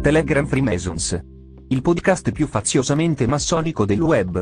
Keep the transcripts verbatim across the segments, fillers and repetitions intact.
Telegram Freemasons, il podcast più faziosamente massonico del web.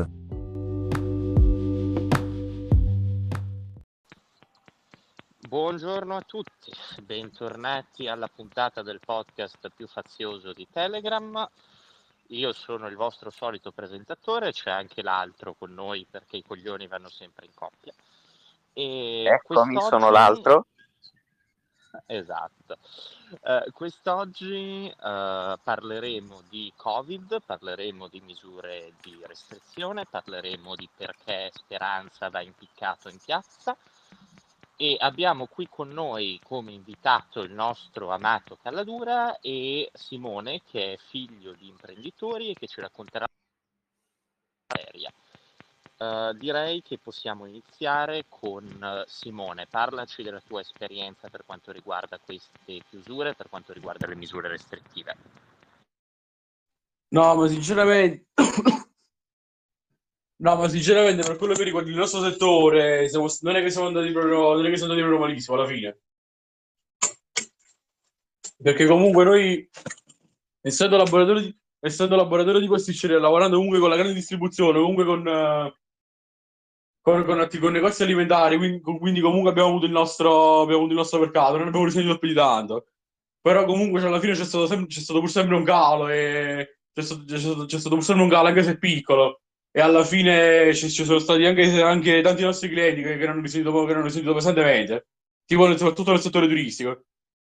Buongiorno a tutti, bentornati alla puntata del podcast più fazioso di Telegram. Io sono il vostro solito presentatore, c'è anche l'altro con noi perché i coglioni vanno sempre in coppia. E Eccomi, quest'oggi... sono l'altro. Esatto. Uh, quest'oggi uh, parleremo di Covid, parleremo di misure di restrizione, parleremo di perché Speranza va impiccato in piazza e abbiamo qui con noi come invitato il nostro amato Calladura e Simone, che è figlio di imprenditori e che ci racconterà la materia. Uh, direi che possiamo iniziare con uh, Simone. Parlaci della tua esperienza per quanto riguarda queste chiusure, per quanto riguarda le misure restrittive. No, ma sinceramente, no, ma sinceramente per quello che riguarda il nostro settore, siamo- non è che siamo andati proprio, non è che siamo andati proprio malissimo alla fine. Perché comunque noi, essendo laboratorio di, essendo laboratorio di pasticceria, lavorando comunque con la grande distribuzione, comunque con, eh, con, con, atti- con negozi alimentari, quindi, quindi comunque abbiamo avuto il nostro, abbiamo avuto il nostro mercato, non abbiamo risentito più di tanto. Però comunque cioè, alla fine c'è stato, sem- c'è stato pur sempre un calo e c'è stato, c'è stato, c'è stato pur sempre un calo, anche se piccolo. E alla fine ci, ci sono stati anche, anche tanti nostri clienti che, che erano risentito, che erano risentito pesantemente, tipo nel- soprattutto nel settore turistico.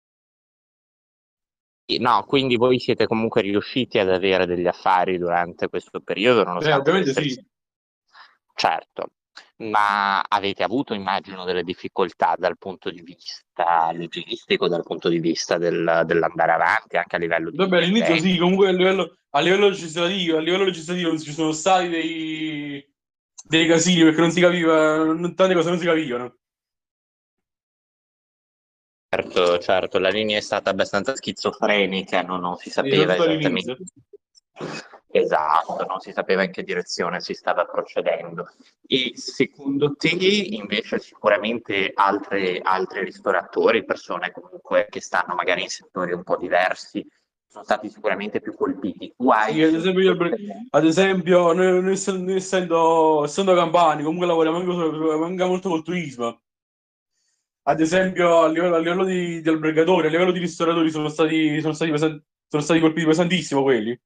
No, quindi voi siete comunque riusciti ad avere degli affari durante questo periodo, Beh, nonostante le ovviamente sì. restrizioni. Certo, ma avete avuto, immagino, delle difficoltà dal punto di vista logistico, dal punto di vista del- dell'andare avanti, anche a livello di Vabbè, all'inizio sì, dipendenti. comunque a livello, a livello legislativo, a livello legislativo non ci sono stati dei, dei casini perché non si capiva, non- tante cose non si capivano. Certo, certo, la linea è stata abbastanza schizofrenica, no? Non si Sì, sapeva soprattutto esattamente. all'inizio. Esatto, non si sapeva in che direzione si stava procedendo. E secondo te, invece, sicuramente altre, altri ristoratori, persone comunque che stanno magari in settori un po' diversi, sono stati sicuramente più colpiti. Tu hai Sì, ad esempio, io, sentito delle- ad esempio noi, noi essendo, noi essendo, essendo campani, comunque lavoriamo anche, solo- anche molto col turismo. Ad esempio, a livello, a livello di, di albergatori, a livello di ristoratori sono stati, sono stati, pesan- sono stati colpiti pesantissimo quelli.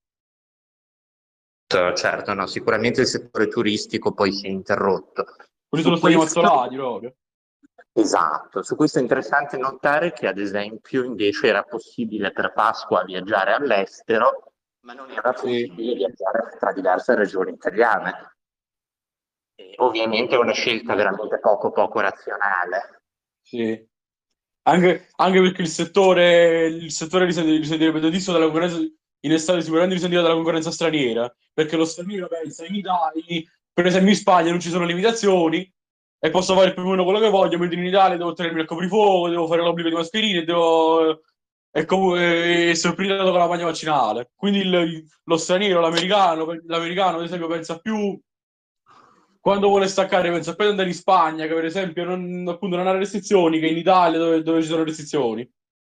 Certo, no, sicuramente il settore turistico poi si è interrotto. Quelli sono Su stati questo, mazzolati proprio. esatto, su questo è interessante notare che ad esempio invece era possibile per Pasqua viaggiare all'estero, ma non era Sì, possibile viaggiare tra diverse regioni italiane. E ovviamente è una scelta veramente poco poco razionale. sì. Anche, anche perché il settore, il settore risente, risentirebbe tantissimo dalla concorrenza, in estate sicuramente risentirà dalla concorrenza straniera, perché lo straniero pensa in Italia, per esempio in Spagna non ci sono limitazioni e posso fare più o meno quello che voglio, mentre in Italia devo tenermi il coprifuoco, devo fare l'obbligo di mascherine, devo... e comunque essere privato con la maglia vaccinale. Quindi il- lo straniero, l'americano, l'americano ad esempio pensa più quando vuole staccare, pensa poi ad andare in Spagna, che per esempio non, appunto, non ha restrizioni, che in Italia dove, dove ci sono restrizioni.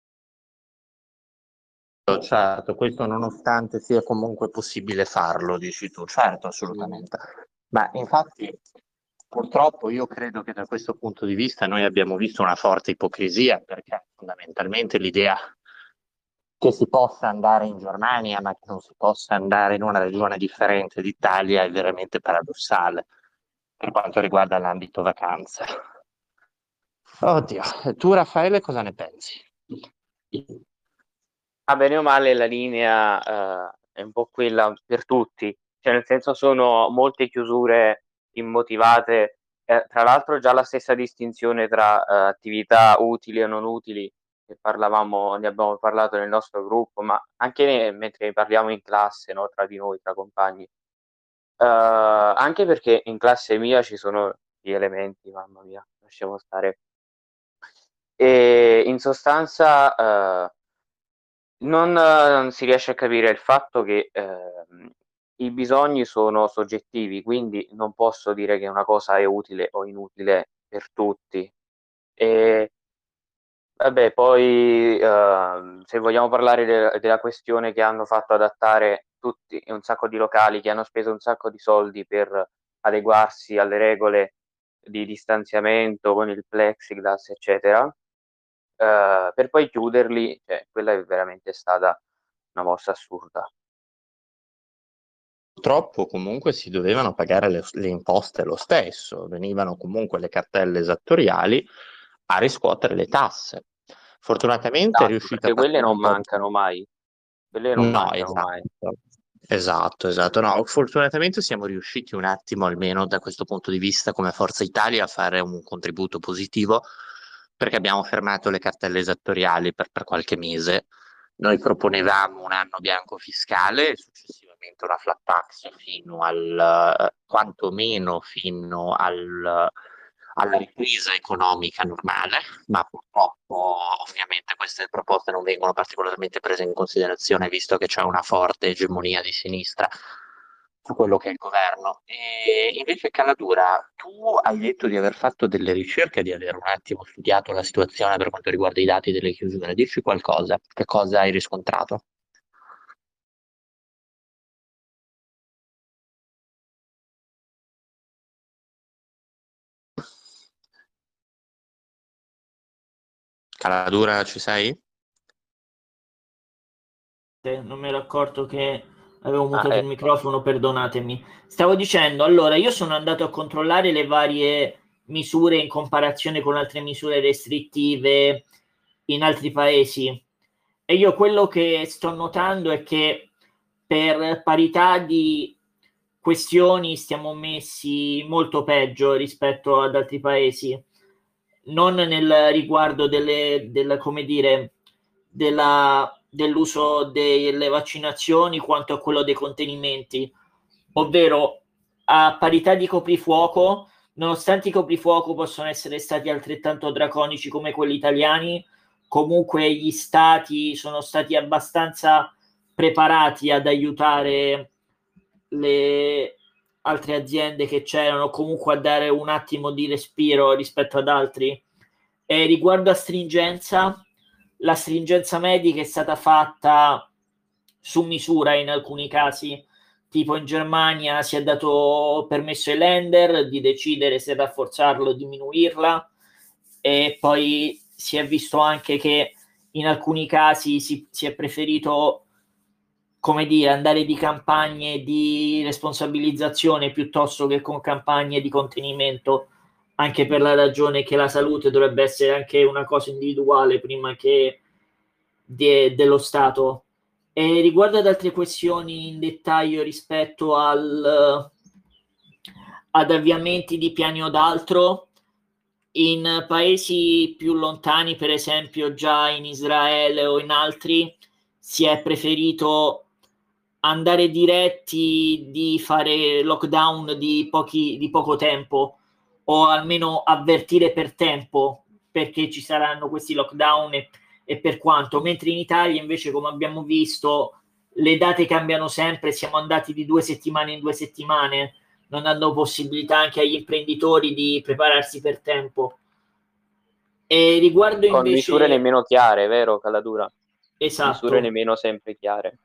Certo, questo nonostante sia comunque possibile farlo, dici tu, certo, Sì. assolutamente. Ma infatti, purtroppo io credo che da questo punto di vista noi abbiamo visto una forte ipocrisia, perché fondamentalmente l'idea che si possa andare in Germania, ma che non si possa andare in una regione differente d'Italia è veramente paradossale per quanto riguarda l'ambito vacanza. Oddio, tu Raffaele cosa ne pensi? A bene o male la linea eh, è un po' quella per tutti, cioè nel senso sono molte chiusure immotivate, eh, tra l'altro già la stessa distinzione tra eh, attività utili e non utili, che parlavamo, ne abbiamo parlato nel nostro gruppo, ma anche ne- mentre parliamo in classe, no, tra di noi, tra compagni. Eh, anche perché in classe mia ci sono gli elementi, mamma mia, lasciamo stare. E in sostanza eh, non, eh, non si riesce a capire il fatto che ehm, i bisogni sono soggettivi, quindi non posso dire che una cosa è utile o inutile per tutti. E Vabbè, poi eh, se vogliamo parlare de- della questione che hanno fatto adattare tutti un sacco di locali, che hanno speso un sacco di soldi per adeguarsi alle regole di distanziamento con il plexiglass, eccetera, eh, per poi chiuderli, cioè, quella è veramente stata una mossa assurda. Purtroppo comunque si dovevano pagare le, le imposte lo stesso, venivano comunque le cartelle esattoriali a riscuotere le tasse. Fortunatamente è Esatto, riuscita perché a quelle passare non un po'. mancano mai. Quelle non No, mancano mai. esatto, esatto, esatto. No, fortunatamente siamo riusciti un attimo, almeno da questo punto di vista, come Forza Italia, a fare un contributo positivo, perché abbiamo fermato le cartelle esattoriali per, per qualche mese. Noi proponevamo un anno bianco fiscale e successivamente una flat tax fino al, quantomeno fino al, alla ripresa economica normale, ma purtroppo ovviamente queste proposte non vengono particolarmente prese in considerazione, visto che c'è una forte egemonia di sinistra su quello che è il governo. E invece, Caladura, tu hai detto di aver fatto delle ricerche, di aver un attimo studiato la situazione per quanto riguarda i dati delle chiusure. Dici qualcosa, che cosa hai riscontrato? Caladura, ci sei? Non mi ero accorto che avevo Ah, mutato il ecco. microfono, perdonatemi. Stavo dicendo, allora, io sono andato a controllare le varie misure in comparazione con altre misure restrittive in altri paesi e io quello che sto notando è che per parità di questioni stiamo messi molto peggio rispetto ad altri paesi, non nel riguardo delle, della, come dire, della, dell'uso delle vaccinazioni quanto a quello dei contenimenti, ovvero a parità di coprifuoco, nonostante i coprifuoco possono essere stati altrettanto draconici come quelli italiani, comunque gli stati sono stati abbastanza preparati ad aiutare le altre aziende che c'erano, comunque a dare un attimo di respiro rispetto ad altri. E riguardo a stringenza, la stringenza medica è stata fatta su misura in alcuni casi, tipo in Germania si è dato permesso ai Länder di decidere se rafforzarlo o diminuirla, e poi si è visto anche che in alcuni casi si, si è preferito, come dire, andare di campagne di responsabilizzazione piuttosto che con campagne di contenimento, anche per la ragione che la salute dovrebbe essere anche una cosa individuale prima che de- dello Stato. E riguardo ad altre questioni in dettaglio rispetto al, ad avviamenti di piani o d'altro, in paesi più lontani, per esempio già in Israele o in altri, si è preferito andare diretti di fare lockdown di, pochi, di poco tempo, o almeno avvertire per tempo perché ci saranno questi lockdown e, e per quanto, mentre in Italia invece, come abbiamo visto, le date cambiano sempre, siamo andati di due settimane in due settimane, non dando possibilità anche agli imprenditori di prepararsi per tempo. E riguardo Con invece... misure nemmeno chiare, vero, Caladura? Esatto. Misure nemmeno sempre chiare.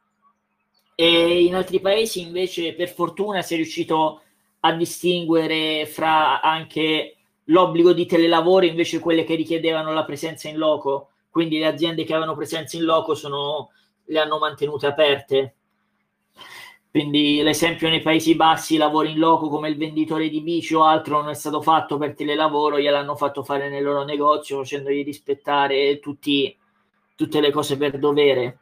E in altri paesi invece, per fortuna, si è riuscito a distinguere fra anche l'obbligo di telelavoro invece quelle che richiedevano la presenza in loco, quindi le aziende che avevano presenza in loco sono, le hanno mantenute aperte. Quindi l'esempio nei Paesi Bassi, lavori in loco come il venditore di bici o altro non è stato fatto per telelavoro, gliel'hanno fatto fare nel loro negozio facendogli rispettare tutti, tutte le cose per dovere.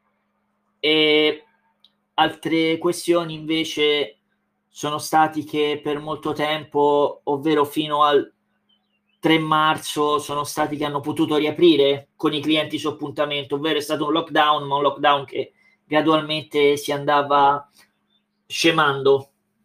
E altre questioni invece sono stati che per molto tempo, ovvero fino al tre marzo, sono stati che hanno potuto riaprire con i clienti su appuntamento, ovvero è stato un lockdown, ma un lockdown che gradualmente si andava scemando.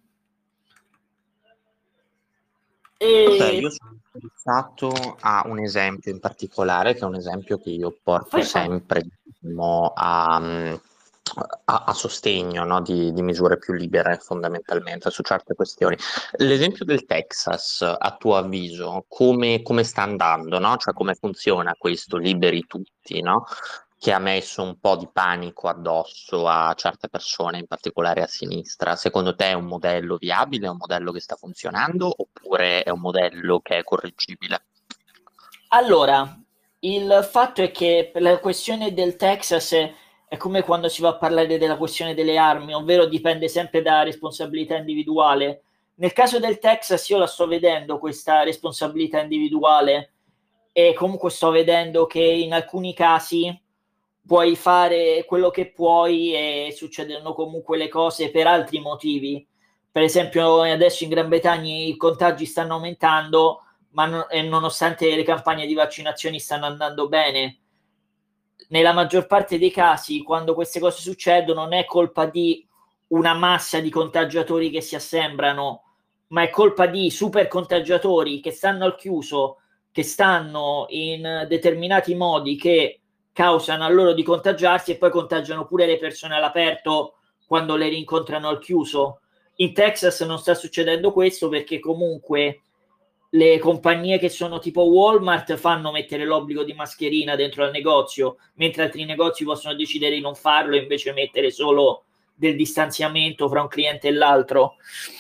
Ok, E io sono interessato a un esempio in particolare, che è un esempio che io porto fai fa- sempre, diciamo, a, a, a sostegno, no, di, di misure più libere fondamentalmente su certe questioni. L'esempio del Texas, a tuo avviso, come, come sta andando, no? Cioè come funziona questo liberi tutti, no? Che ha messo un po' di panico addosso a certe persone, in particolare a sinistra. Secondo te è un modello viabile, è un modello che sta funzionando, oppure è un modello che è correggibile? Allora, il fatto è che per la questione del Texas è, è come quando si va a parlare della questione delle armi, ovvero dipende sempre da responsabilità individuale. Nel caso del Texas io la sto vedendo questa responsabilità individuale e comunque sto vedendo che in alcuni casi puoi fare quello che puoi e succedono comunque le cose per altri motivi. Per esempio adesso in Gran Bretagna i contagi stanno aumentando, ma non, e nonostante le campagne di vaccinazioni stanno andando bene. Nella maggior parte dei casi, quando queste cose succedono, non è colpa di una massa di contagiatori che si assembrano, ma è colpa di super contagiatori che stanno al chiuso, che stanno in determinati modi che causano a loro di contagiarsi e poi contagiano pure le persone all'aperto quando le rincontrano al chiuso. In Texas non sta succedendo questo perché comunque le compagnie che sono tipo Walmart fanno mettere l'obbligo di mascherina dentro al negozio, mentre altri negozi possono decidere di non farlo e invece mettere solo del distanziamento fra un cliente e l'altro.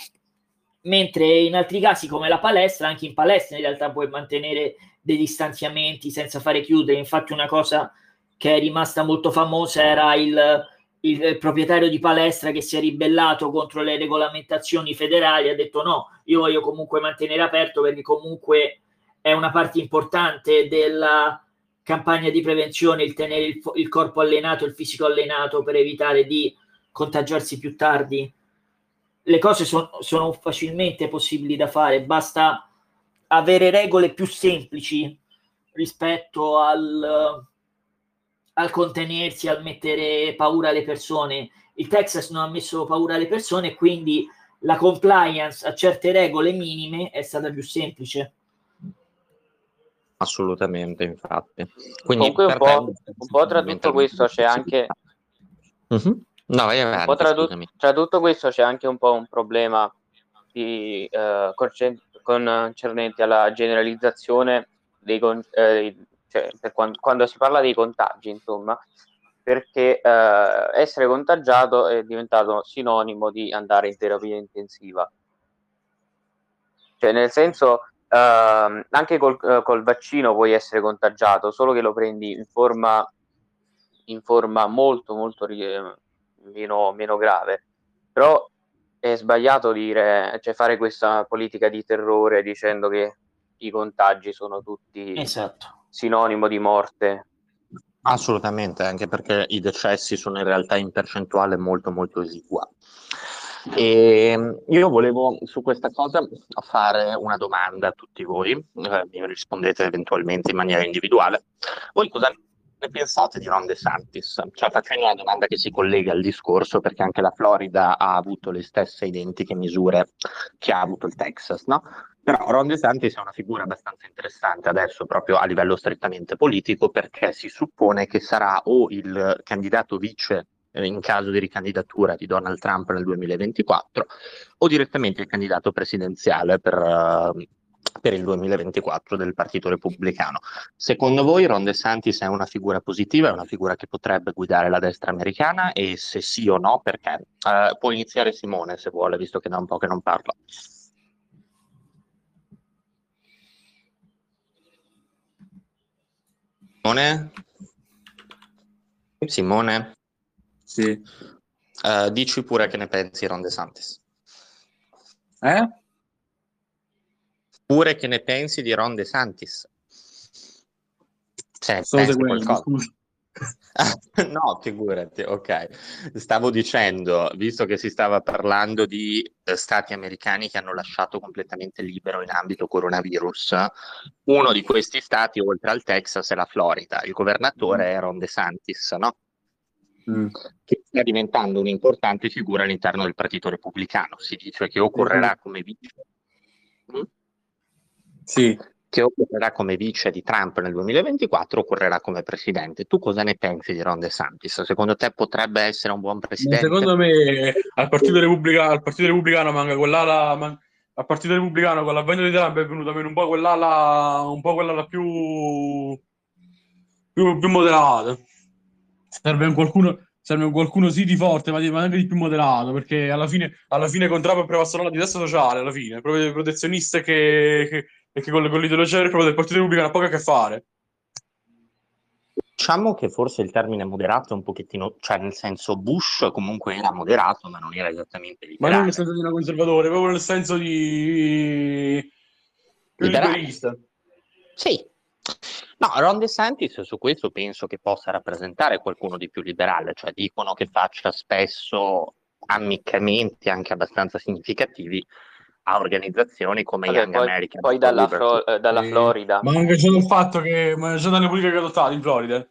Mentre in altri casi come la palestra, anche in palestra in realtà puoi mantenere dei distanziamenti senza fare chiudere. Infatti una cosa che è rimasta molto famosa era il, il, il proprietario di palestra che si è ribellato contro le regolamentazioni federali, ha detto no, io voglio comunque mantenere aperto perché comunque è una parte importante della campagna di prevenzione il tenere il, il corpo allenato, il fisico allenato per evitare di contagiarsi più tardi. Le cose son, sono facilmente possibili da fare, basta avere regole più semplici rispetto al, al contenersi, al mettere paura alle persone. Il Texas non ha messo paura alle persone, quindi la compliance a certe regole minime è stata più semplice. Assolutamente, infatti. Quindi Comunque un per po', te, un po' tra tutto questo c'è anche... Uh-huh. No, vai un avanti, po' tra, scusami. tra tutto questo c'è anche un po' un problema di, eh, concernente alla generalizzazione dei con, eh, cioè, per quando, quando si parla dei contagi, insomma, perché eh, essere contagiato è diventato sinonimo di andare in terapia intensiva. Cioè, nel senso, eh, anche col, eh, col vaccino puoi essere contagiato, solo che lo prendi in forma, in forma molto, molto eh, meno, meno grave. Però è sbagliato dire, cioè fare questa politica di terrore dicendo che i contagi sono tutti esatto. sinonimo di morte. Assolutamente, anche perché i decessi sono in realtà in percentuale molto molto esigua. E io volevo su questa cosa fare una domanda a tutti voi, eh, mi rispondete eventualmente in maniera individuale. Voi cosa ne pensate di Ron DeSantis? Cioè, facendo una domanda che si collega al discorso, perché anche la Florida ha avuto le stesse identiche misure che ha avuto il Texas, no? Però Ron DeSantis è una figura abbastanza interessante adesso proprio a livello strettamente politico, perché si suppone che sarà o il candidato vice in caso di ricandidatura di Donald Trump nel duemilaventiquattro o direttamente il candidato presidenziale per, uh, per il duemilaventiquattro del Partito Repubblicano. Secondo voi Ron DeSantis è una figura positiva, è una figura che potrebbe guidare la destra americana, e se sì o no perché? Uh, può iniziare Simone se vuole, visto che da un po' che non parla. Simone? Simone? Sì. Uh, dici pure che ne pensi, Ron DeSantis. Eh? Pure che ne pensi di Ron DeSantis. Se Sto pensi seguendo, qualcosa. scusa. No, figurati, ok. Stavo dicendo, visto che si stava parlando di eh, stati americani che hanno lasciato completamente libero in ambito coronavirus, uno di questi stati, oltre al Texas, è la Florida. Il governatore è Ron DeSantis, no? Mm. Che sta diventando un'importante figura all'interno del Partito Repubblicano. Si dice che occorrerà come vice. Mm? Sì. che occorrerà come vice di Trump nel duemilaventiquattro, occorrerà come presidente. Tu cosa ne pensi di Ron DeSantis? Secondo te potrebbe essere un buon Ma presidente? secondo me al Partito Repubblicano, al Partito Repubblicano manca quell'ala, man- al Partito Repubblicano con l'avvento di Trump è venuta meno un po' quell'ala, un po' quell'ala più, più, più moderata. Serve un qualcuno, serve un qualcuno sì di forte, ma, di- ma anche di più moderato, perché alla fine, alla fine con Trump è prevalso la di destra sociale, alla fine, proprio protezioniste che, che, e che con, con l'ideologia proprio del Partito Repubblicano ha poco a che fare. Diciamo che forse il termine moderato è un pochettino, cioè nel senso Bush comunque era moderato, ma non era esattamente Ma non nel liberale. senso di una conservatore, proprio nel senso di più Liberale. liberista. Sì. No, Ron DeSantis su questo penso che possa rappresentare qualcuno di più liberale, cioè dicono che faccia spesso ammiccamenti anche abbastanza significativi a organizzazioni come Vabbè, Young poi, Americans poi for dalla, Liberty. Flo- eh, dalla E- Florida. Ma anche già dal fatto che ma già dalle politiche adottate in Florida.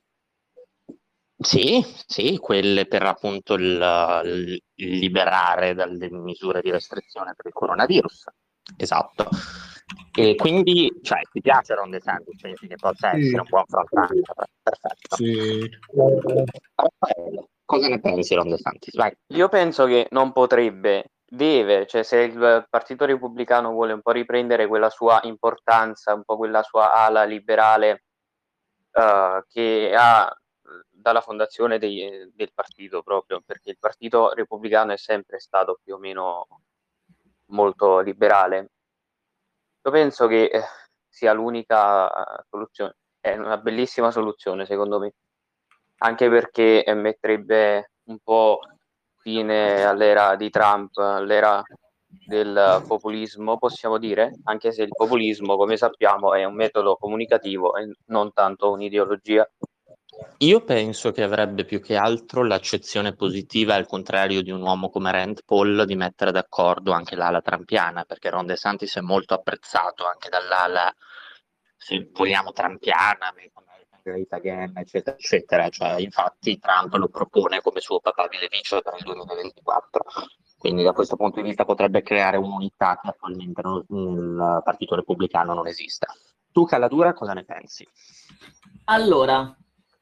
Sì, sì, quelle per appunto il, il- il liberare dalle misure di restrizione per il coronavirus. Esatto. E quindi, cioè, ti piace Ron DeSantis? Pensi che possa Sì, essere un buon frontman? Perfetto. sì. Raffaele, cosa ne pensi Ron DeSantis? Vai. Io penso che non potrebbe, deve, cioè se il Partito Repubblicano vuole un po' riprendere quella sua importanza, un po' quella sua ala liberale uh, che ha dalla fondazione dei, del partito proprio, perché il Partito Repubblicano è sempre stato più o meno molto liberale. Io penso che eh, sia l'unica soluzione, è una bellissima soluzione secondo me, anche perché eh, metterebbe un po' fine all'era di Trump, all'era del populismo, possiamo dire, anche se il populismo, come sappiamo, è un metodo comunicativo e non tanto un'ideologia. Io penso che avrebbe più che altro l'accezione positiva, al contrario di un uomo come Rand Paul, di mettere d'accordo anche l'ala trampiana, perché Ron DeSantis è molto apprezzato anche dall'ala, se vogliamo, trampiana, American Great Again, eccetera, eccetera. Cioè, infatti Trump lo propone come suo papabile vice per il duemilaventiquattro. Quindi da questo punto di vista potrebbe creare un'unità che attualmente non- nel Partito Repubblicano non esiste. Tu, Caladura, cosa ne pensi? Allora,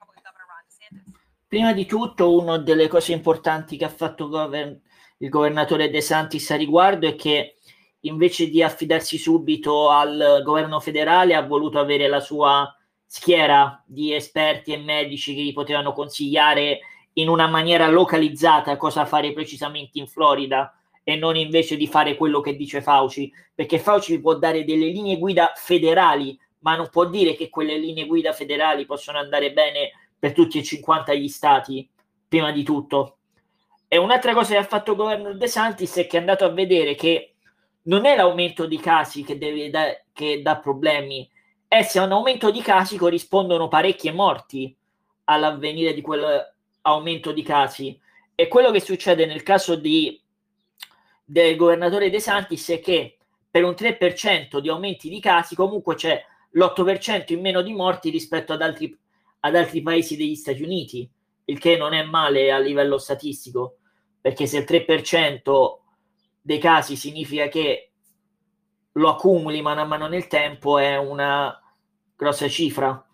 prima di tutto, una delle cose importanti che ha fatto govern- il governatore DeSantis a riguardo è che invece di affidarsi subito al governo federale ha voluto avere la sua schiera di esperti e medici che gli potevano consigliare in una maniera localizzata cosa fare precisamente in Florida e non invece di fare quello che dice Fauci, perché Fauci può dare delle linee guida federali, ma non può dire che quelle linee guida federali possono andare bene per tutti e cinquanta gli stati, prima di tutto. E un'altra cosa che ha fatto il governo DeSantis è che è andato a vedere che non è l'aumento di casi che, deve da, che dà problemi, è se a un aumento di casi corrispondono parecchie morti all'avvenire di quell'aumento di casi. E quello che succede nel caso di, del governatore DeSantis è che per un tre per cento di aumenti di casi comunque c'è l'otto per cento in meno di morti rispetto ad altri, ad altri paesi degli Stati Uniti, il che non è male a livello statistico, perché se il tre per cento dei casi significa che lo accumuli mano a mano nel tempo è una grossa cifra.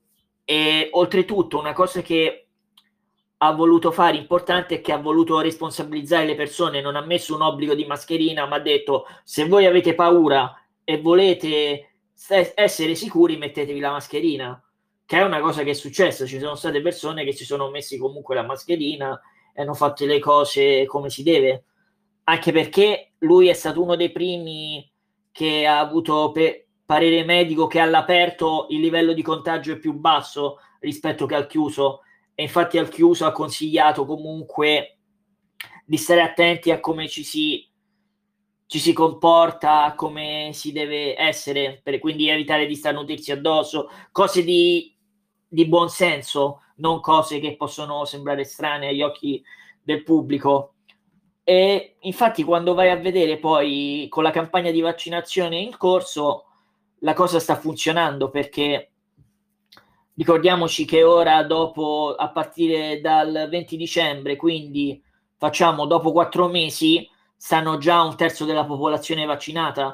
E oltretutto una cosa che ha voluto fare importante è che ha voluto responsabilizzare le persone, non ha messo un obbligo di mascherina, ma ha detto se voi avete paura e volete essere sicuri mettetevi la mascherina, che è una cosa che è successa, ci sono state persone che si sono messi comunque la mascherina e hanno fatto le cose come si deve, anche perché lui è stato uno dei primi che ha avuto pe- parere medico che all'aperto il livello di contagio è più basso rispetto che al chiuso, e infatti al chiuso ha consigliato comunque di stare attenti a come ci si ci si comporta, come si deve essere, per quindi evitare di starnutirsi addosso, cose di, di buon senso, non cose che possono sembrare strane agli occhi del pubblico. E infatti quando vai a vedere poi con la campagna di vaccinazione in corso, la cosa sta funzionando, perché ricordiamoci che ora dopo, a partire dal venti dicembre, quindi facciamo dopo quattro mesi, stanno già un terzo della popolazione vaccinata,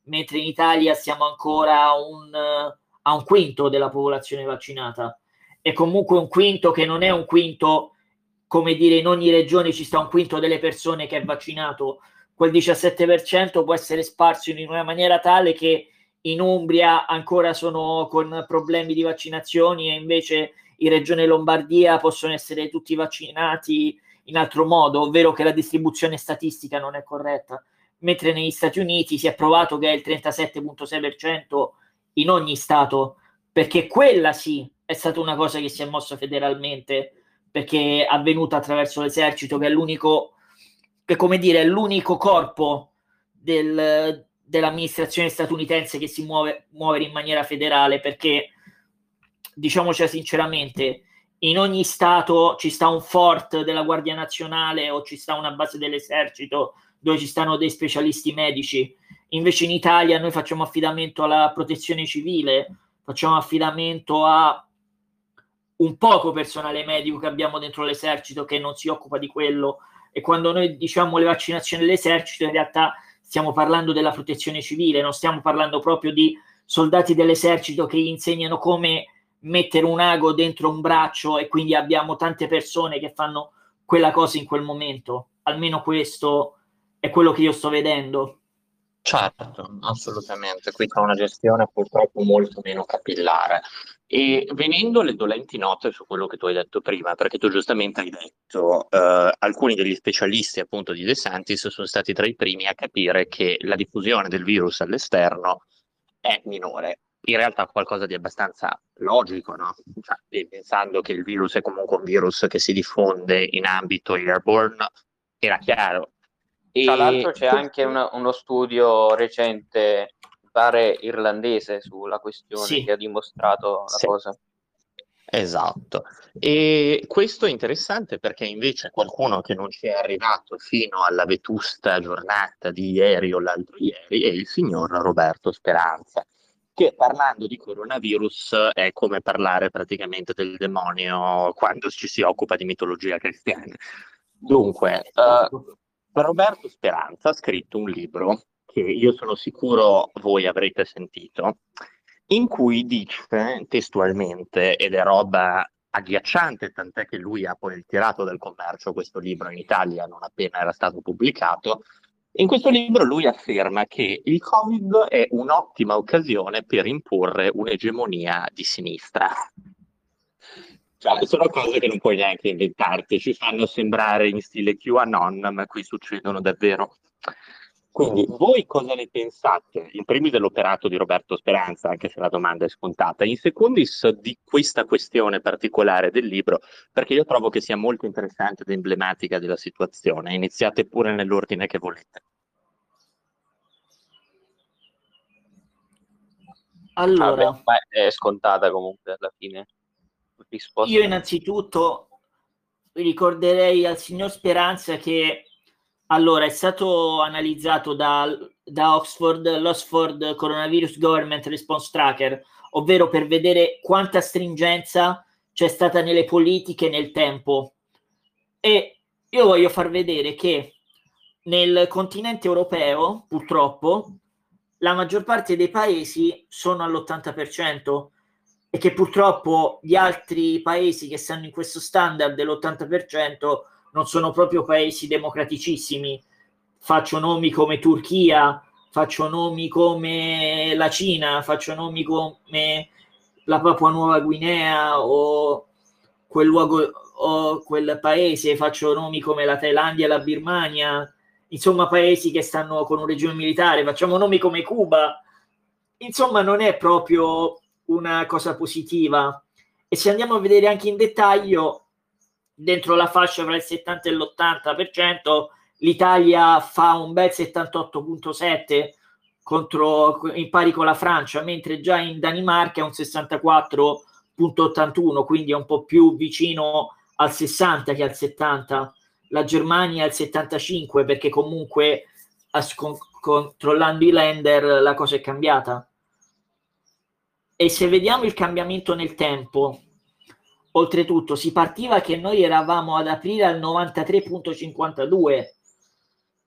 mentre in Italia siamo ancora a un, a un quinto della popolazione vaccinata. E comunque un quinto che non è un quinto, come dire, in ogni regione ci sta un quinto delle persone che è vaccinato. Quel diciassette per cento può essere sparso in una maniera tale che in Umbria ancora sono con problemi di vaccinazioni e invece in Regione Lombardia possono essere tutti vaccinati in altro modo, ovvero che la distribuzione statistica non è corretta, mentre negli Stati Uniti si è provato che è il trentasette virgola sei per cento in ogni stato, perché quella sì è stata una cosa che si è mossa federalmente, perché è avvenuta attraverso l'esercito, che è l'unico, che come dire, è l'unico corpo del, dell'amministrazione statunitense che si muove muovere in maniera federale, perché diciamoci sinceramente, in ogni stato ci sta un fort della Guardia Nazionale o ci sta una base dell'esercito dove ci stanno dei specialisti medici. Invece in Italia noi facciamo affidamento alla protezione civile, facciamo affidamento a un poco personale medico che abbiamo dentro l'esercito che non si occupa di quello, e quando noi diciamo le vaccinazioni dell'esercito in realtà stiamo parlando della protezione civile, non stiamo parlando proprio di soldati dell'esercito che gli insegnano come mettere un ago dentro un braccio, e quindi abbiamo tante persone che fanno quella cosa in quel momento. Almeno questo è quello che io sto vedendo. Certo, assolutamente. Qui c'è una gestione purtroppo molto meno capillare. E venendo alle dolenti note su quello che tu hai detto prima, perché tu giustamente hai detto eh, alcuni degli specialisti appunto di De Santis sono stati tra i primi a capire che la diffusione del virus all'esterno è minore. In realtà qualcosa di abbastanza logico, no? Cioè, pensando che il virus è comunque un virus che si diffonde in ambito airborne, era chiaro. Tra E l'altro c'è questo- anche una- uno studio recente, mi pare irlandese, sulla questione Sì. che ha dimostrato la Sì. cosa. Esatto, e questo è interessante perché invece qualcuno che non ci è arrivato fino alla vetusta giornata di ieri o l'altro ieri è il signor Roberto Speranza, che parlando di coronavirus è come parlare praticamente del demonio quando ci si occupa di mitologia cristiana. Dunque, eh, Roberto Speranza ha scritto un libro che io sono sicuro voi avrete sentito, in cui dice testualmente, ed è roba agghiacciante, tant'è che lui ha poi ritirato dal commercio questo libro in Italia non appena era stato pubblicato. In questo libro lui afferma che il Covid è un'ottima occasione per imporre un'egemonia di sinistra. Cioè, sono cose che non puoi neanche inventarti, ci fanno sembrare in stile QAnon, ma qui succedono davvero. Quindi, voi cosa ne pensate? In primis dell'operato di Roberto Speranza, anche se la domanda è scontata, in secondis di questa questione particolare del libro, perché io trovo che sia molto interessante ed emblematica della situazione. Iniziate pure nell'ordine che volete. Allora, Vabbè, ma è scontata comunque alla fine. Risposta. io innanzitutto ricorderei al signor Speranza che allora è stato analizzato da, da Oxford l'Oxford Coronavirus Government Response Tracker, ovvero per vedere quanta stringenza c'è stata nelle politiche nel tempo. E io voglio far vedere che nel continente europeo, purtroppo, la maggior parte dei paesi sono all'ottanta per cento, e che purtroppo gli altri paesi che stanno in questo standard dell'ottanta per cento non sono proprio paesi democraticissimi. Faccio nomi come Turchia, faccio nomi come la Cina, faccio nomi come la Papua Nuova Guinea o quel luogo o quel paese, faccio nomi come la Thailandia e la Birmania, insomma paesi che stanno con un regime militare, facciamo nomi come Cuba. Insomma, non è proprio una cosa positiva. E se andiamo a vedere anche in dettaglio, dentro la fascia tra il settanta e l'ottanta per cento, l'Italia fa un bel settantotto virgola sette contro, in pari con la Francia, mentre già in Danimarca è un sessantaquattro virgola ottantuno, quindi è un po' più vicino al sessanta che al settanta. La Germania è al settantacinque, perché comunque controllando i Länder la cosa è cambiata. E se vediamo il cambiamento nel tempo, oltretutto si partiva che noi eravamo ad aprile al novantatré virgola cinquantadue,